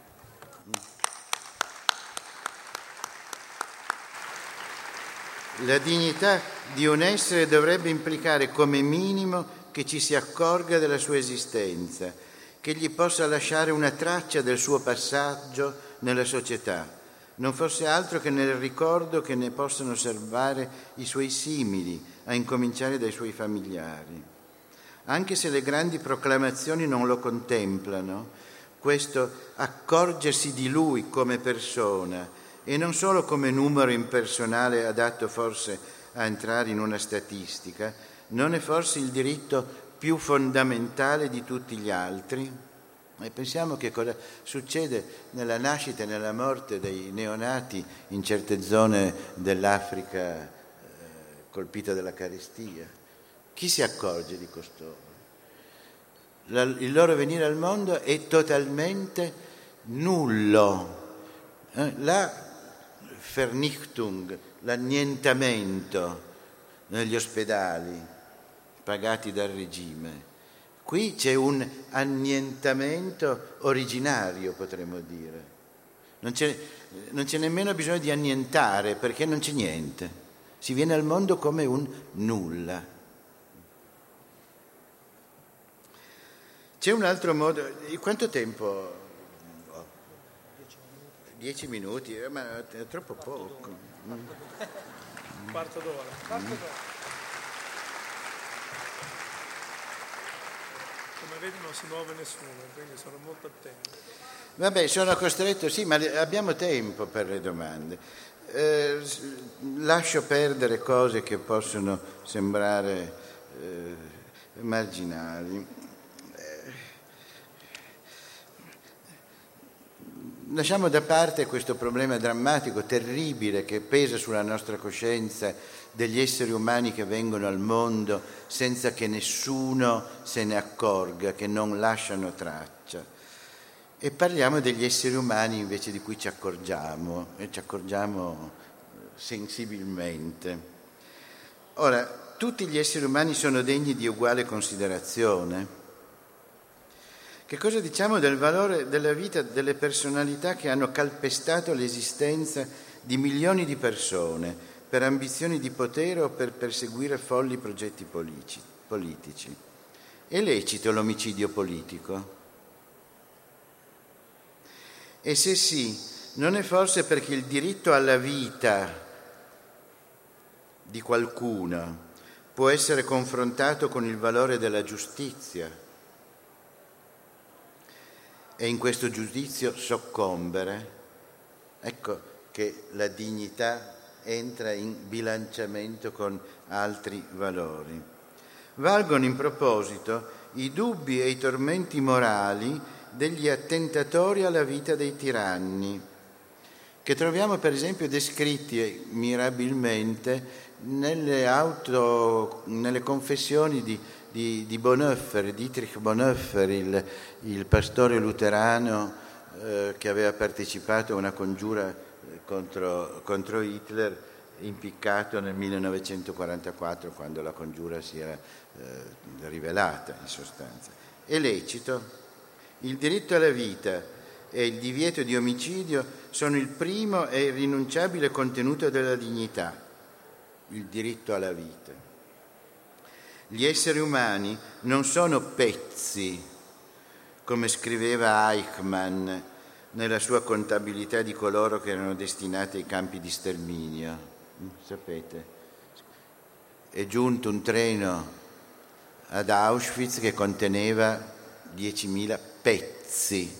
La dignità di un essere dovrebbe implicare come minimo che ci si accorga della sua esistenza, che gli possa lasciare una traccia del suo passaggio nella società, non fosse altro che nel ricordo che ne possano osservare i suoi simili, a incominciare dai suoi familiari. Anche se le grandi proclamazioni non lo contemplano, questo accorgersi di lui come persona e non solo come numero impersonale adatto forse a entrare in una statistica, non è forse il diritto più fondamentale di tutti gli altri? E pensiamo che cosa succede nella nascita e nella morte dei neonati in certe zone dell'Africa colpita dalla carestia. Chi si accorge di costoro? Il loro venire al mondo è totalmente nullo. La Vernichtung, l'annientamento negli ospedali pagati dal regime. Qui c'è un annientamento originario, potremmo dire. Non c'è nemmeno bisogno di annientare, perché non c'è niente. Si viene al mondo come un nulla. C'è un altro modo. Quanto tempo? 10 minuti, ma è troppo poco. Un quarto d'ora. Come vedi non si muove nessuno, quindi sono molto attento. Vabbè, sono costretto, sì, ma abbiamo tempo per le domande. Lascio perdere cose che possono sembrare marginali. Lasciamo da parte questo problema drammatico, terribile, che pesa sulla nostra coscienza degli esseri umani che vengono al mondo senza che nessuno se ne accorga, che non lasciano traccia. E parliamo degli esseri umani invece di cui ci accorgiamo, e ci accorgiamo sensibilmente. Ora, tutti gli esseri umani sono degni di uguale considerazione? Che cosa diciamo del valore della vita delle personalità che hanno calpestato l'esistenza di milioni di persone per ambizioni di potere o per perseguire folli progetti politici? È lecito l'omicidio politico? E se sì, non è forse perché il diritto alla vita di qualcuno può essere confrontato con il valore della giustizia e in questo giudizio soccombere? Ecco che la dignità entra in bilanciamento con altri valori. Valgono in proposito i dubbi e i tormenti morali degli attentatori alla vita dei tiranni, che troviamo per esempio descritti mirabilmente nelle confessioni di Bonhoeffer, Dietrich Bonhoeffer, il pastore luterano che aveva partecipato a una congiura contro Hitler, impiccato nel 1944, quando la congiura si era rivelata in sostanza. È lecito. Il diritto alla vita e il divieto di omicidio sono il primo e irrinunciabile contenuto della dignità, il diritto alla vita. Gli esseri umani non sono pezzi, come scriveva Eichmann nella sua contabilità di coloro che erano destinati ai campi di sterminio. Sapete, è giunto un treno ad Auschwitz che conteneva 10.000 pezzi.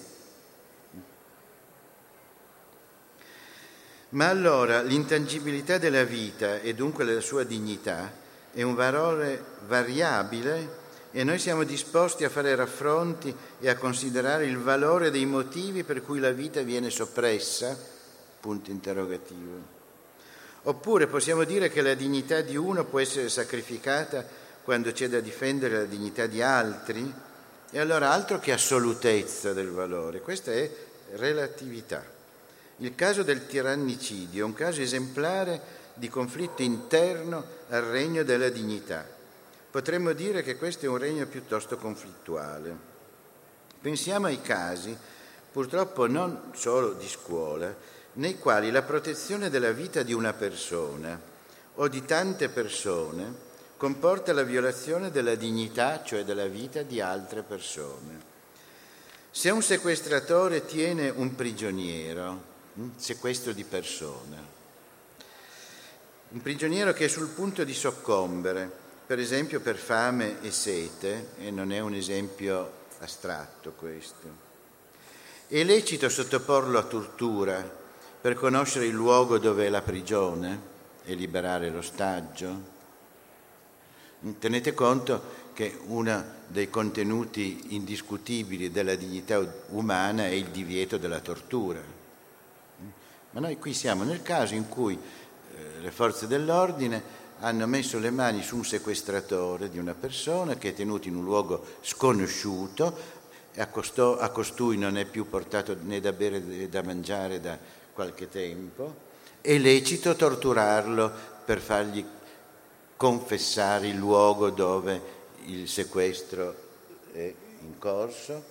Ma allora l'intangibilità della vita e dunque la sua dignità è un valore variabile e noi siamo disposti a fare raffronti e a considerare il valore dei motivi per cui la vita viene soppressa? Punto interrogativo. Oppure possiamo dire che la dignità di uno può essere sacrificata quando c'è da difendere la dignità di altri? E allora altro che assolutezza del valore, questa è relatività. Il caso del tirannicidio è un caso esemplare di conflitto interno al regno della dignità. Potremmo dire che questo è un regno piuttosto conflittuale. Pensiamo ai casi, purtroppo non solo di scuola, nei quali la protezione della vita di una persona o di tante persone comporta la violazione della dignità, cioè della vita di altre persone. Se un sequestratore tiene un prigioniero, sequestro di persona, un prigioniero che è sul punto di soccombere, per esempio per fame e sete, e non è un esempio astratto questo, è lecito sottoporlo a tortura per conoscere il luogo dove è la prigione e liberare l'ostaggio? Tenete conto che uno dei contenuti indiscutibili della dignità umana è il divieto della tortura. Ma noi qui siamo nel caso in cui le forze dell'ordine hanno messo le mani su un sequestratore di una persona che è tenuto in un luogo sconosciuto e a costui non è più portato né da bere né da mangiare da qualche tempo. È lecito torturarlo per fargli confessare il luogo dove il sequestro è in corso?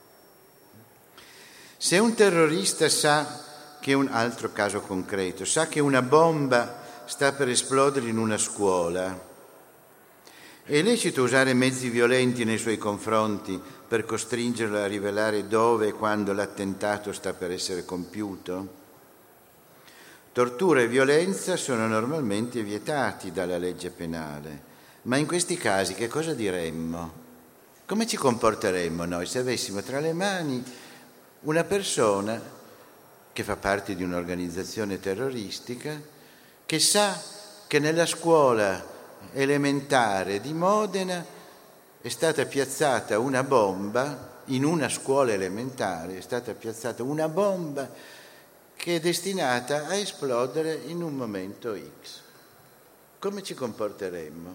Se un terrorista sa che un altro caso concreto, sa che una bomba sta per esplodere in una scuola, è lecito usare mezzi violenti nei suoi confronti per costringerlo a rivelare dove e quando l'attentato sta per essere compiuto? Tortura e violenza sono normalmente vietati dalla legge penale, ma in questi casi che cosa diremmo? Come ci comporteremmo noi se avessimo tra le mani una persona che fa parte di un'organizzazione terroristica, che sa che nella scuola elementare di Modena è stata piazzata una bomba, in una scuola elementare è stata piazzata una bomba che è destinata a esplodere in un momento X. Come ci comporteremmo?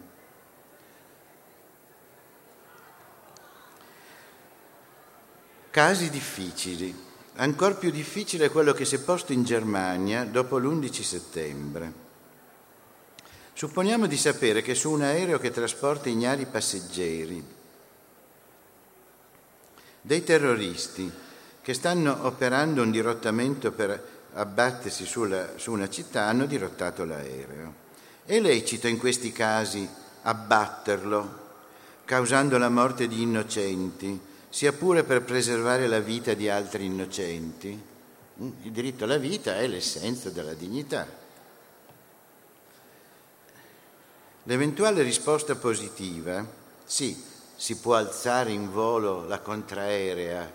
Casi difficili. Ancor più difficile è quello che si è posto in Germania dopo l'11 settembre. Supponiamo di sapere che su un aereo che trasporta ignari passeggeri Dei terroristi che stanno operando un dirottamento per abbattersi su una città hanno dirottato l'aereo. È lecito in questi casi abbatterlo, causando la morte di innocenti, sia pure per preservare la vita di altri innocenti? Il diritto alla vita è l'essenza della dignità. L'eventuale risposta positiva, sì, si può alzare in volo la contraerea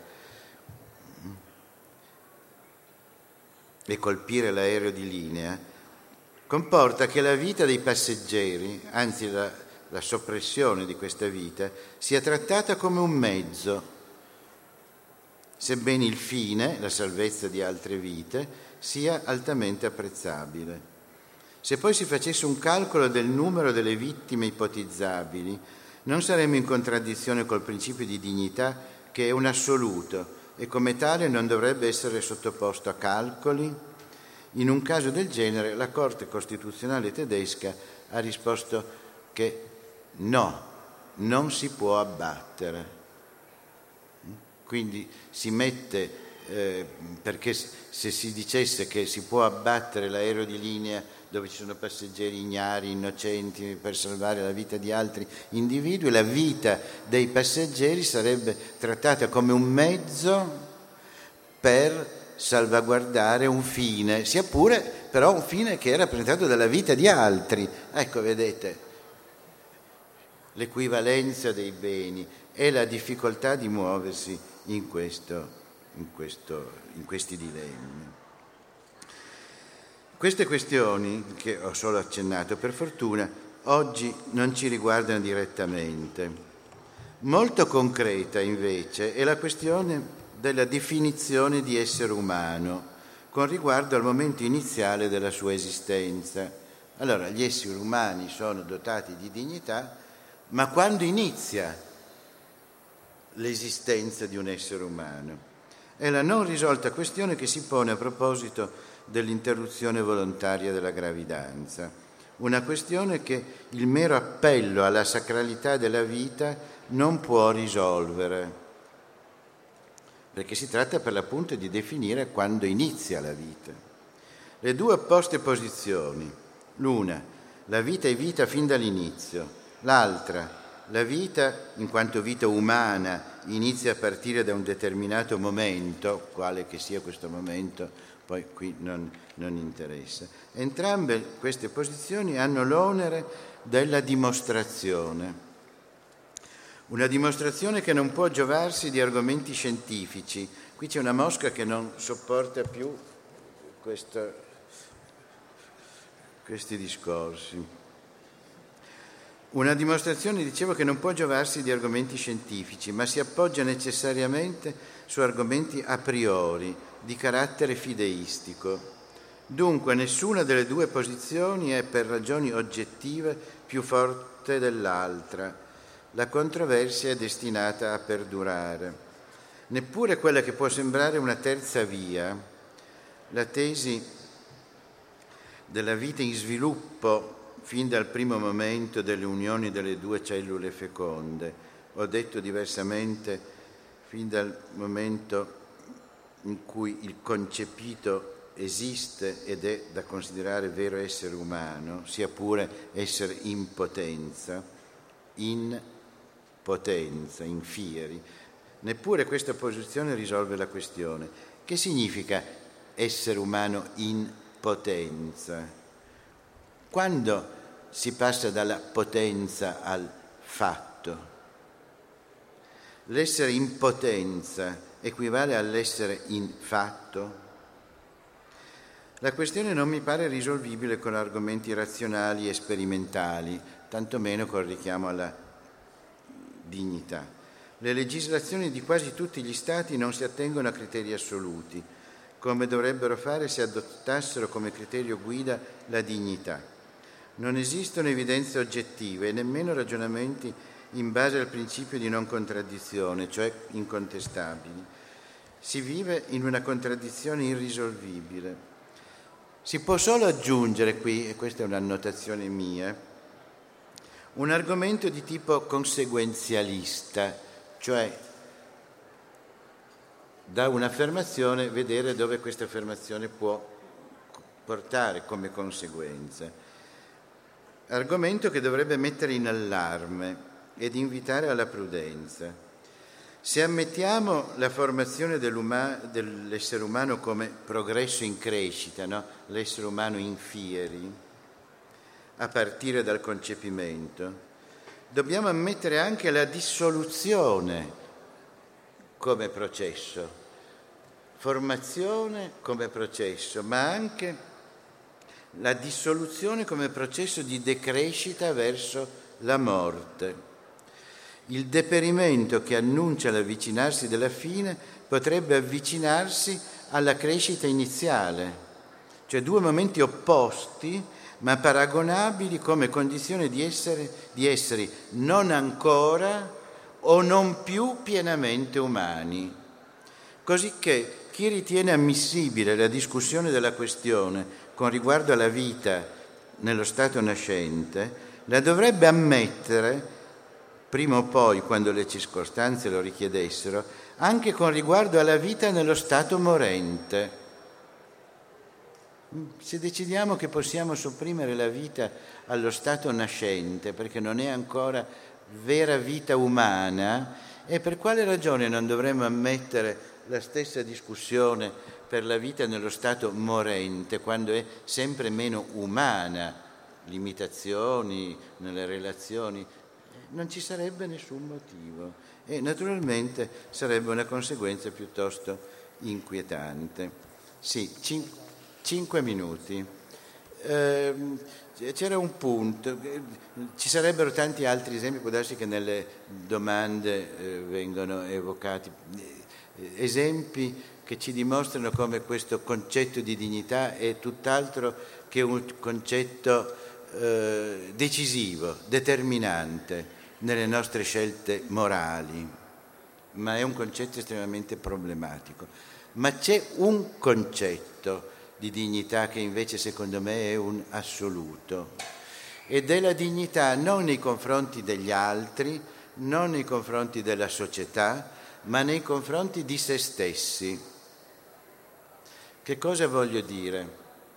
e colpire l'aereo di linea, comporta che la vita dei passeggeri, anzi la soppressione di questa vita, sia trattata come un mezzo, sebbene il fine, la salvezza di altre vite, sia altamente apprezzabile. Se poi si facesse un calcolo del numero delle vittime ipotizzabili, non saremmo in contraddizione col principio di dignità, che è un assoluto e come tale non dovrebbe essere sottoposto a calcoli. In un caso del genere la Corte Costituzionale tedesca ha risposto che no, non si può abbattere. Quindi si mette, perché se si dicesse che si può abbattere l'aereo di linea dove ci sono passeggeri ignari, innocenti, per salvare la vita di altri individui, la vita dei passeggeri sarebbe trattata come un mezzo per salvaguardare un fine, sia pure però un fine che è rappresentato dalla vita di altri. Ecco, vedete, l'equivalenza dei beni e la difficoltà di muoversi in questi dilemmi. Queste questioni, che ho solo accennato per fortuna, oggi non ci riguardano direttamente. Molto concreta, invece, è la questione della definizione di essere umano, con riguardo al momento iniziale della sua esistenza. Allora, gli esseri umani sono dotati di dignità, ma quando inizia l'esistenza di un essere umano? È la non risolta questione che si pone a proposito dell'interruzione volontaria della gravidanza, una questione che il mero appello alla sacralità della vita non può risolvere, perché si tratta per l'appunto di definire quando inizia la vita. Le due opposte posizioni, l'una, la vita è vita fin dall'inizio, l'altra, la vita, in quanto vita umana, inizia a partire da un determinato momento, quale che sia questo momento, poi qui non interessa. Entrambe queste posizioni hanno l'onere della dimostrazione. Una dimostrazione che non può giovarsi di argomenti scientifici. Qui c'è una mosca che non sopporta più questi discorsi. Una dimostrazione, dicevo, che non può giovarsi di argomenti scientifici, ma si appoggia necessariamente su argomenti a priori, di carattere fideistico. Dunque nessuna delle due posizioni è per ragioni oggettive più forte dell'altra. La controversia è destinata a perdurare. Neppure quella che può sembrare una terza via, la tesi della vita in sviluppo fin dal primo momento delle unioni delle due cellule feconde, ho detto diversamente, fin dal momento in cui il concepito esiste ed è da considerare vero essere umano, sia pure essere in potenza, in fieri. Neppure questa posizione risolve la questione. Che significa essere umano in potenza? Quando si passa dalla potenza al fatto? L'essere in potenza equivale all'essere in fatto? La questione non mi pare risolvibile con argomenti razionali e sperimentali, tantomeno col richiamo alla dignità. Le legislazioni di quasi tutti gli Stati non si attengono a criteri assoluti, come dovrebbero fare se adottassero come criterio guida la dignità. Non esistono evidenze oggettive e nemmeno ragionamenti in base al principio di non contraddizione, cioè incontestabili. Si vive in una contraddizione irrisolvibile. Si può solo aggiungere qui, e questa è un'annotazione mia, un argomento di tipo conseguenzialista, cioè da un'affermazione vedere dove questa affermazione può portare come conseguenza. Argomento che dovrebbe mettere in allarme ed invitare alla prudenza. Se ammettiamo la formazione dell'essere umano come progresso in crescita, no? L'essere umano in fieri, a partire dal concepimento, dobbiamo ammettere anche la dissoluzione come processo, formazione come processo, ma anche la dissoluzione come processo di decrescita verso la morte. Il deperimento che annuncia l'avvicinarsi della fine potrebbe avvicinarsi alla crescita iniziale, cioè due momenti opposti ma paragonabili come condizione di essere non ancora o non più pienamente umani. Cosicché chi ritiene ammissibile la discussione della questione con riguardo alla vita nello stato nascente la dovrebbe ammettere, prima o poi, quando le circostanze lo richiedessero, anche con riguardo alla vita nello stato morente. Se decidiamo che possiamo sopprimere la vita allo stato nascente perché non è ancora vera vita umana, e per quale ragione non dovremmo ammettere la stessa discussione per la vita nello stato morente, quando è sempre meno umana, limitazioni nelle relazioni? Non ci sarebbe nessun motivo e naturalmente sarebbe una conseguenza piuttosto inquietante. Sì, 5 minuti. C'era un punto, ci sarebbero tanti altri esempi, può darsi che nelle domande vengano evocati esempi che ci dimostrano come questo concetto di dignità è tutt'altro che un concetto decisivo, determinante nelle nostre scelte morali, ma è un concetto estremamente problematico. Ma c'è un concetto di dignità che invece secondo me è un assoluto, ed è la dignità non nei confronti degli altri, non nei confronti della società, ma nei confronti di se stessi. Che cosa voglio dire?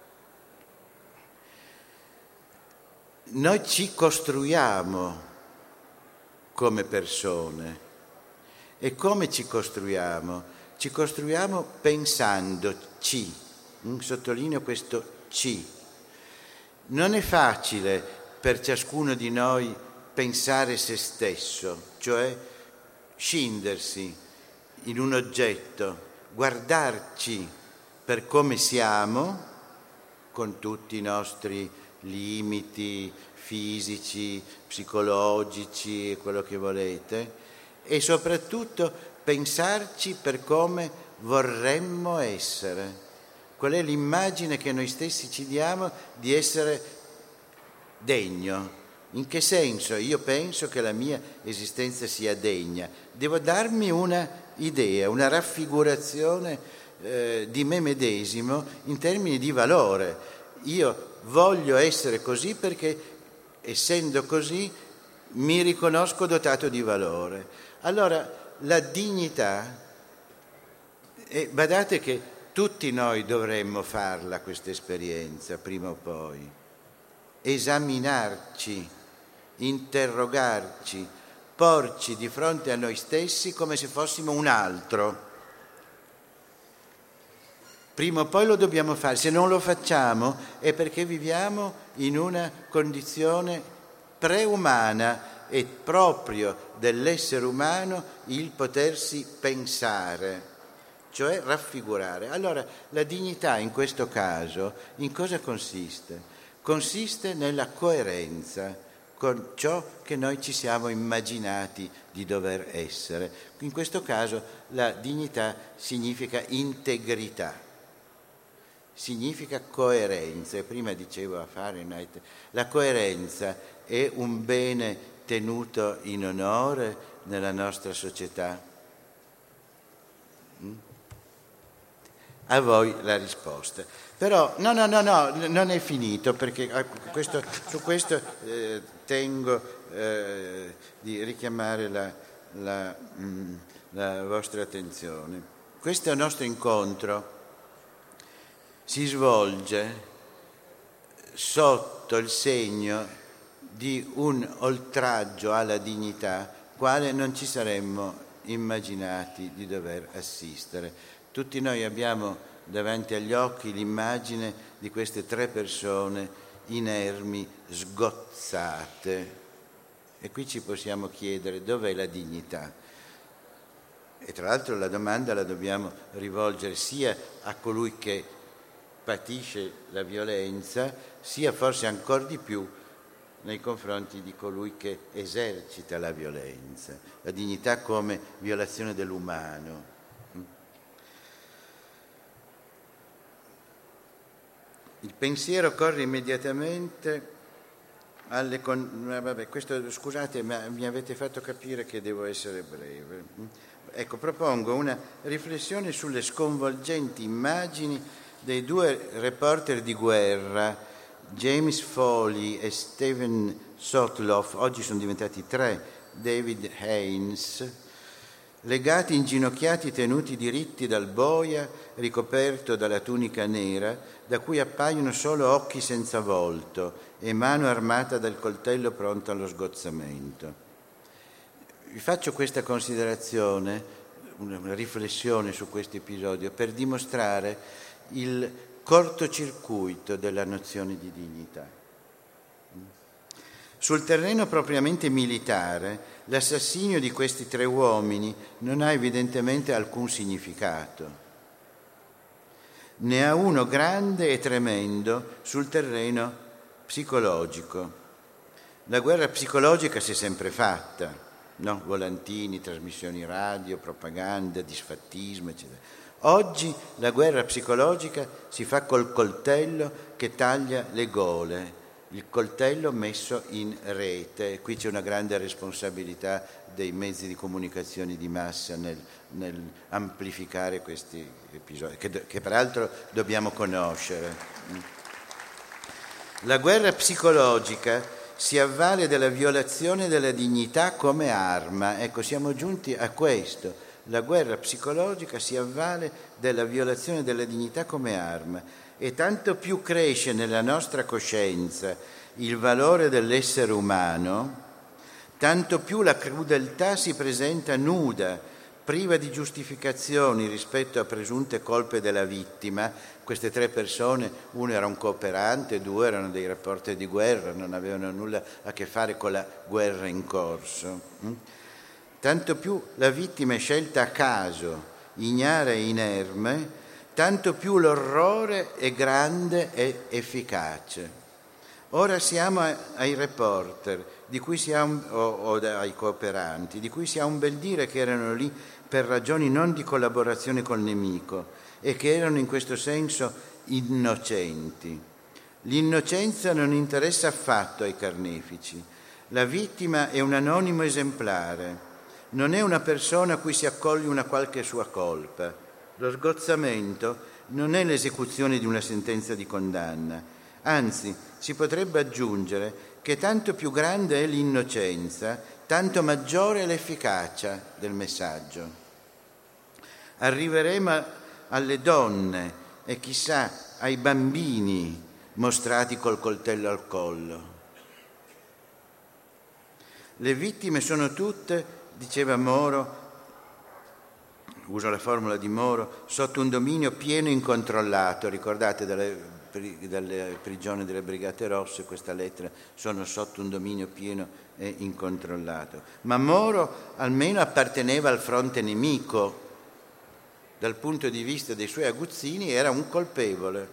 Noi ci costruiamo come persone. E come ci costruiamo? Ci costruiamo pensandoci. Sottolineo questo ci. Non è facile per ciascuno di noi pensare se stesso, cioè scindersi in un oggetto, guardarci per come siamo, con tutti i nostri limiti fisici, psicologici e quello che volete, e soprattutto pensarci per come vorremmo essere. Qual è l'immagine che noi stessi ci diamo di essere degno? In che senso io penso che la mia esistenza sia degna? Devo darmi una idea, una raffigurazione di me medesimo in termini di valore. Io voglio essere così perché, essendo così, mi riconosco dotato di valore. Allora, la dignità, e badate che tutti noi dovremmo farla questa esperienza prima o poi, esaminarci, interrogarci, porci di fronte a noi stessi come se fossimo un altro. Prima o poi lo dobbiamo fare. Se non lo facciamo è perché viviamo in una condizione preumana. È proprio dell'essere umano il potersi pensare, cioè raffigurare. Allora, la dignità in questo caso in cosa consiste? Consiste nella coerenza con ciò che noi ci siamo immaginati di dover essere. In questo caso la dignità significa integrità. Significa coerenza, e prima dicevo a Fahrenheit, la coerenza è un bene tenuto in onore nella nostra società? A voi la risposta. Però no, non è finito, perché su questo tengo di richiamare la vostra attenzione. questo nostro incontro si svolge sotto il segno di un oltraggio alla dignità quale non ci saremmo immaginati di dover assistere. Tutti noi abbiamo davanti agli occhi l'immagine di queste 3 persone inermi, sgozzate, e qui ci possiamo chiedere dov'è la dignità. E tra l'altro la domanda la dobbiamo rivolgere sia a colui che patisce la violenza, sia forse ancora di più nei confronti di colui che esercita la violenza, la dignità come violazione dell'umano. Il pensiero corre immediatamente alle... scusate, ma mi avete fatto capire che devo essere breve. Ecco, propongo una riflessione sulle sconvolgenti immagini dei 2 reporter di guerra, James Foley e Steven Sotloff, oggi sono diventati 3, David Haynes, legati inginocchiati, tenuti diritti dal boia, ricoperto dalla tunica nera, da cui appaiono solo occhi senza volto e mano armata del coltello pronta allo sgozzamento. Vi faccio questa considerazione, una riflessione su questo episodio, per dimostrare il cortocircuito della nozione di dignità. Sul terreno propriamente militare, l'assassinio di questi 3 uomini non ha evidentemente alcun significato. Ne ha uno grande e tremendo sul terreno psicologico. La guerra psicologica si è sempre fatta, no? Volantini, trasmissioni radio, propaganda, disfattismo, eccetera. Oggi la guerra psicologica si fa col coltello che taglia le gole, il coltello messo in rete. Qui c'è una grande responsabilità dei mezzi di comunicazione di massa nel amplificare questi episodi, che peraltro dobbiamo conoscere. La guerra psicologica si avvale della violazione della dignità come arma. Ecco, siamo giunti a questo. La guerra psicologica si avvale della violazione della dignità come arma, e tanto più cresce nella nostra coscienza il valore dell'essere umano, tanto più la crudeltà si presenta nuda, priva di giustificazioni rispetto a presunte colpe della vittima. Queste 3 persone, uno era un cooperante, 2 erano dei reporter di guerra, non avevano nulla a che fare con la guerra in corso. Tanto più la vittima è scelta a caso, ignara e inerme, tanto più l'orrore è grande e efficace. Ora siamo ai reporter di cui o ai cooperanti, di cui si ha un bel dire che erano lì per ragioni non di collaborazione col nemico e che erano in questo senso innocenti. L'innocenza non interessa affatto ai carnefici. La vittima è un anonimo esemplare. Non è una persona a cui si accoglie una qualche sua colpa. Lo sgozzamento non è l'esecuzione di una sentenza di condanna. Anzi, si potrebbe aggiungere che tanto più grande è l'innocenza, tanto maggiore è l'efficacia del messaggio. Arriveremo alle donne e chissà ai bambini mostrati col coltello al collo. Le vittime sono tutte, diceva Moro, uso la formula di Moro, sotto un dominio pieno e incontrollato. Ricordate dalle prigioni delle Brigate Rosse questa lettera, sono sotto un dominio pieno e incontrollato. Ma Moro almeno apparteneva al fronte nemico. Dal punto di vista dei suoi aguzzini era un colpevole.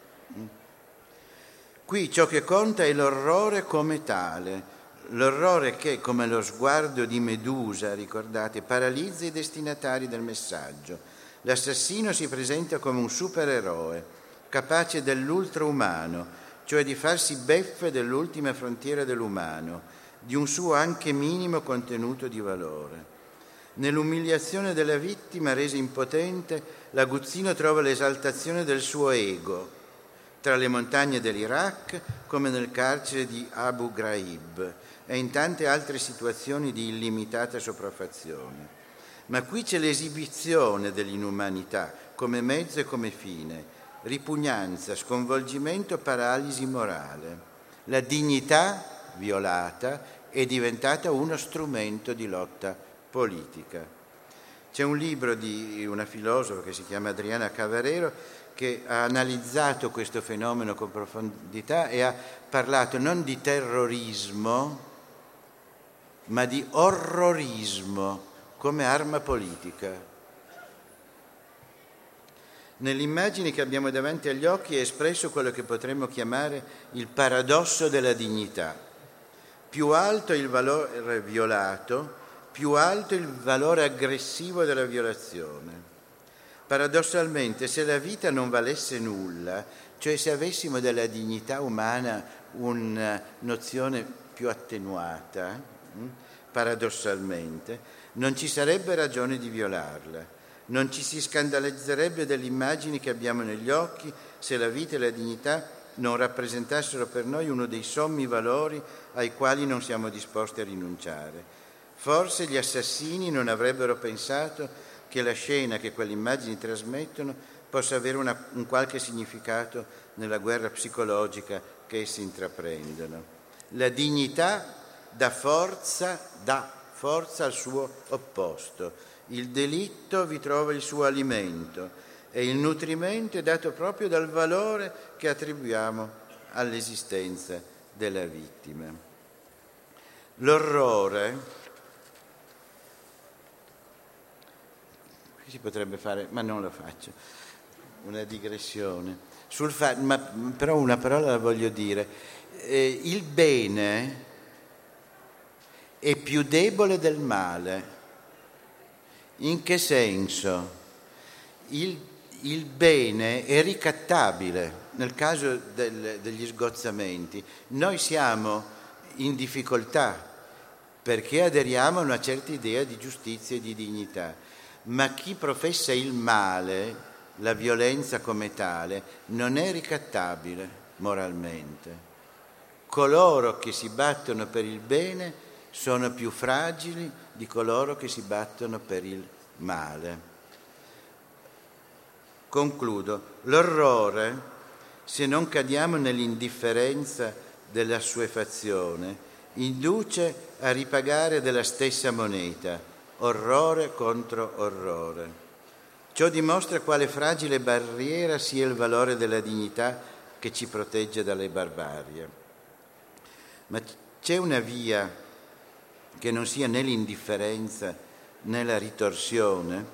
Qui ciò che conta è l'orrore come tale. L'orrore che, come lo sguardo di Medusa, ricordate, paralizza i destinatari del messaggio. L'assassino si presenta come un supereroe, capace dell'ultraumano, cioè di farsi beffe dell'ultima frontiera dell'umano, di un suo anche minimo contenuto di valore. Nell'umiliazione della vittima resa impotente, l'aguzzino trova l'esaltazione del suo ego, tra le montagne dell'Iraq come nel carcere di Abu Ghraib e in tante altre situazioni di illimitata sopraffazione. Ma qui c'è l'esibizione dell'inumanità come mezzo e come fine, ripugnanza, sconvolgimento, paralisi morale. La dignità violata è diventata uno strumento di lotta politica. C'è un libro di una filosofa che si chiama Adriana Cavarero che ha analizzato questo fenomeno con profondità e ha parlato non di terrorismo, ma di orrorismo come arma politica. Nelle immagini che abbiamo davanti agli occhi è espresso quello che potremmo chiamare il paradosso della dignità. Più alto il valore violato, più alto il valore aggressivo della violazione. Paradossalmente, se la vita non valesse nulla, cioè se avessimo della dignità umana una nozione più attenuata, paradossalmente, non ci sarebbe ragione di violarla, non ci si scandalizzerebbe delle immagini che abbiamo negli occhi se la vita e la dignità non rappresentassero per noi uno dei sommi valori ai quali non siamo disposti a rinunciare. Forse gli assassini non avrebbero pensato che la scena che quelle immagini trasmettono possa avere un qualche significato nella guerra psicologica che essi intraprendono. La dignità dà forza al suo opposto. Il delitto vi trova il suo alimento e il nutrimento è dato proprio dal valore che attribuiamo all'esistenza della vittima. L'orrore, qui si potrebbe fare, ma non lo faccio, una digressione, però una parola la voglio dire. Il bene è più debole del male. In che senso? Il bene è ricattabile. Nel caso degli sgozzamenti, noi siamo in difficoltà perché aderiamo a una certa idea di giustizia e di dignità, ma chi professa il male, la violenza come tale, non è ricattabile moralmente. Coloro che si battono per il bene sono più fragili di coloro che si battono per il male. Concludo. L'orrore, se non cadiamo nell'indifferenza dell'assuefazione, induce a ripagare della stessa moneta, orrore contro orrore. Ciò dimostra quale fragile barriera sia il valore della dignità che ci protegge dalle barbarie. Ma c'è una via che non sia né l'indifferenza né la ritorsione?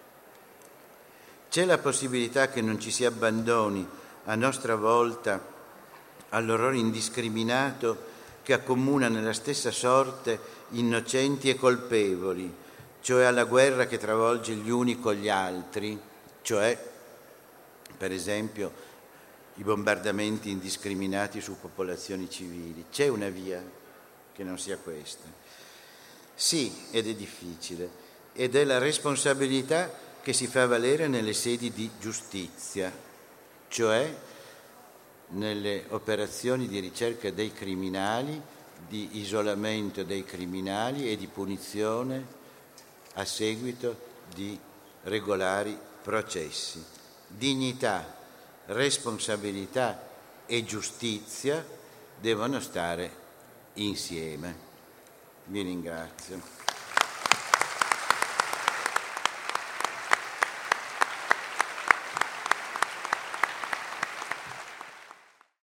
C'è la possibilità che non ci si abbandoni a nostra volta all'orrore indiscriminato che accomuna nella stessa sorte innocenti e colpevoli, cioè alla guerra che travolge gli uni con gli altri, cioè, per esempio, i bombardamenti indiscriminati su popolazioni civili. C'è una via che non sia questa? Sì, ed è difficile, ed è la responsabilità che si fa valere nelle sedi di giustizia, cioè nelle operazioni di ricerca dei criminali, di isolamento dei criminali e di punizione a seguito di regolari processi. Dignità, responsabilità e giustizia devono stare insieme. Vi ringrazio.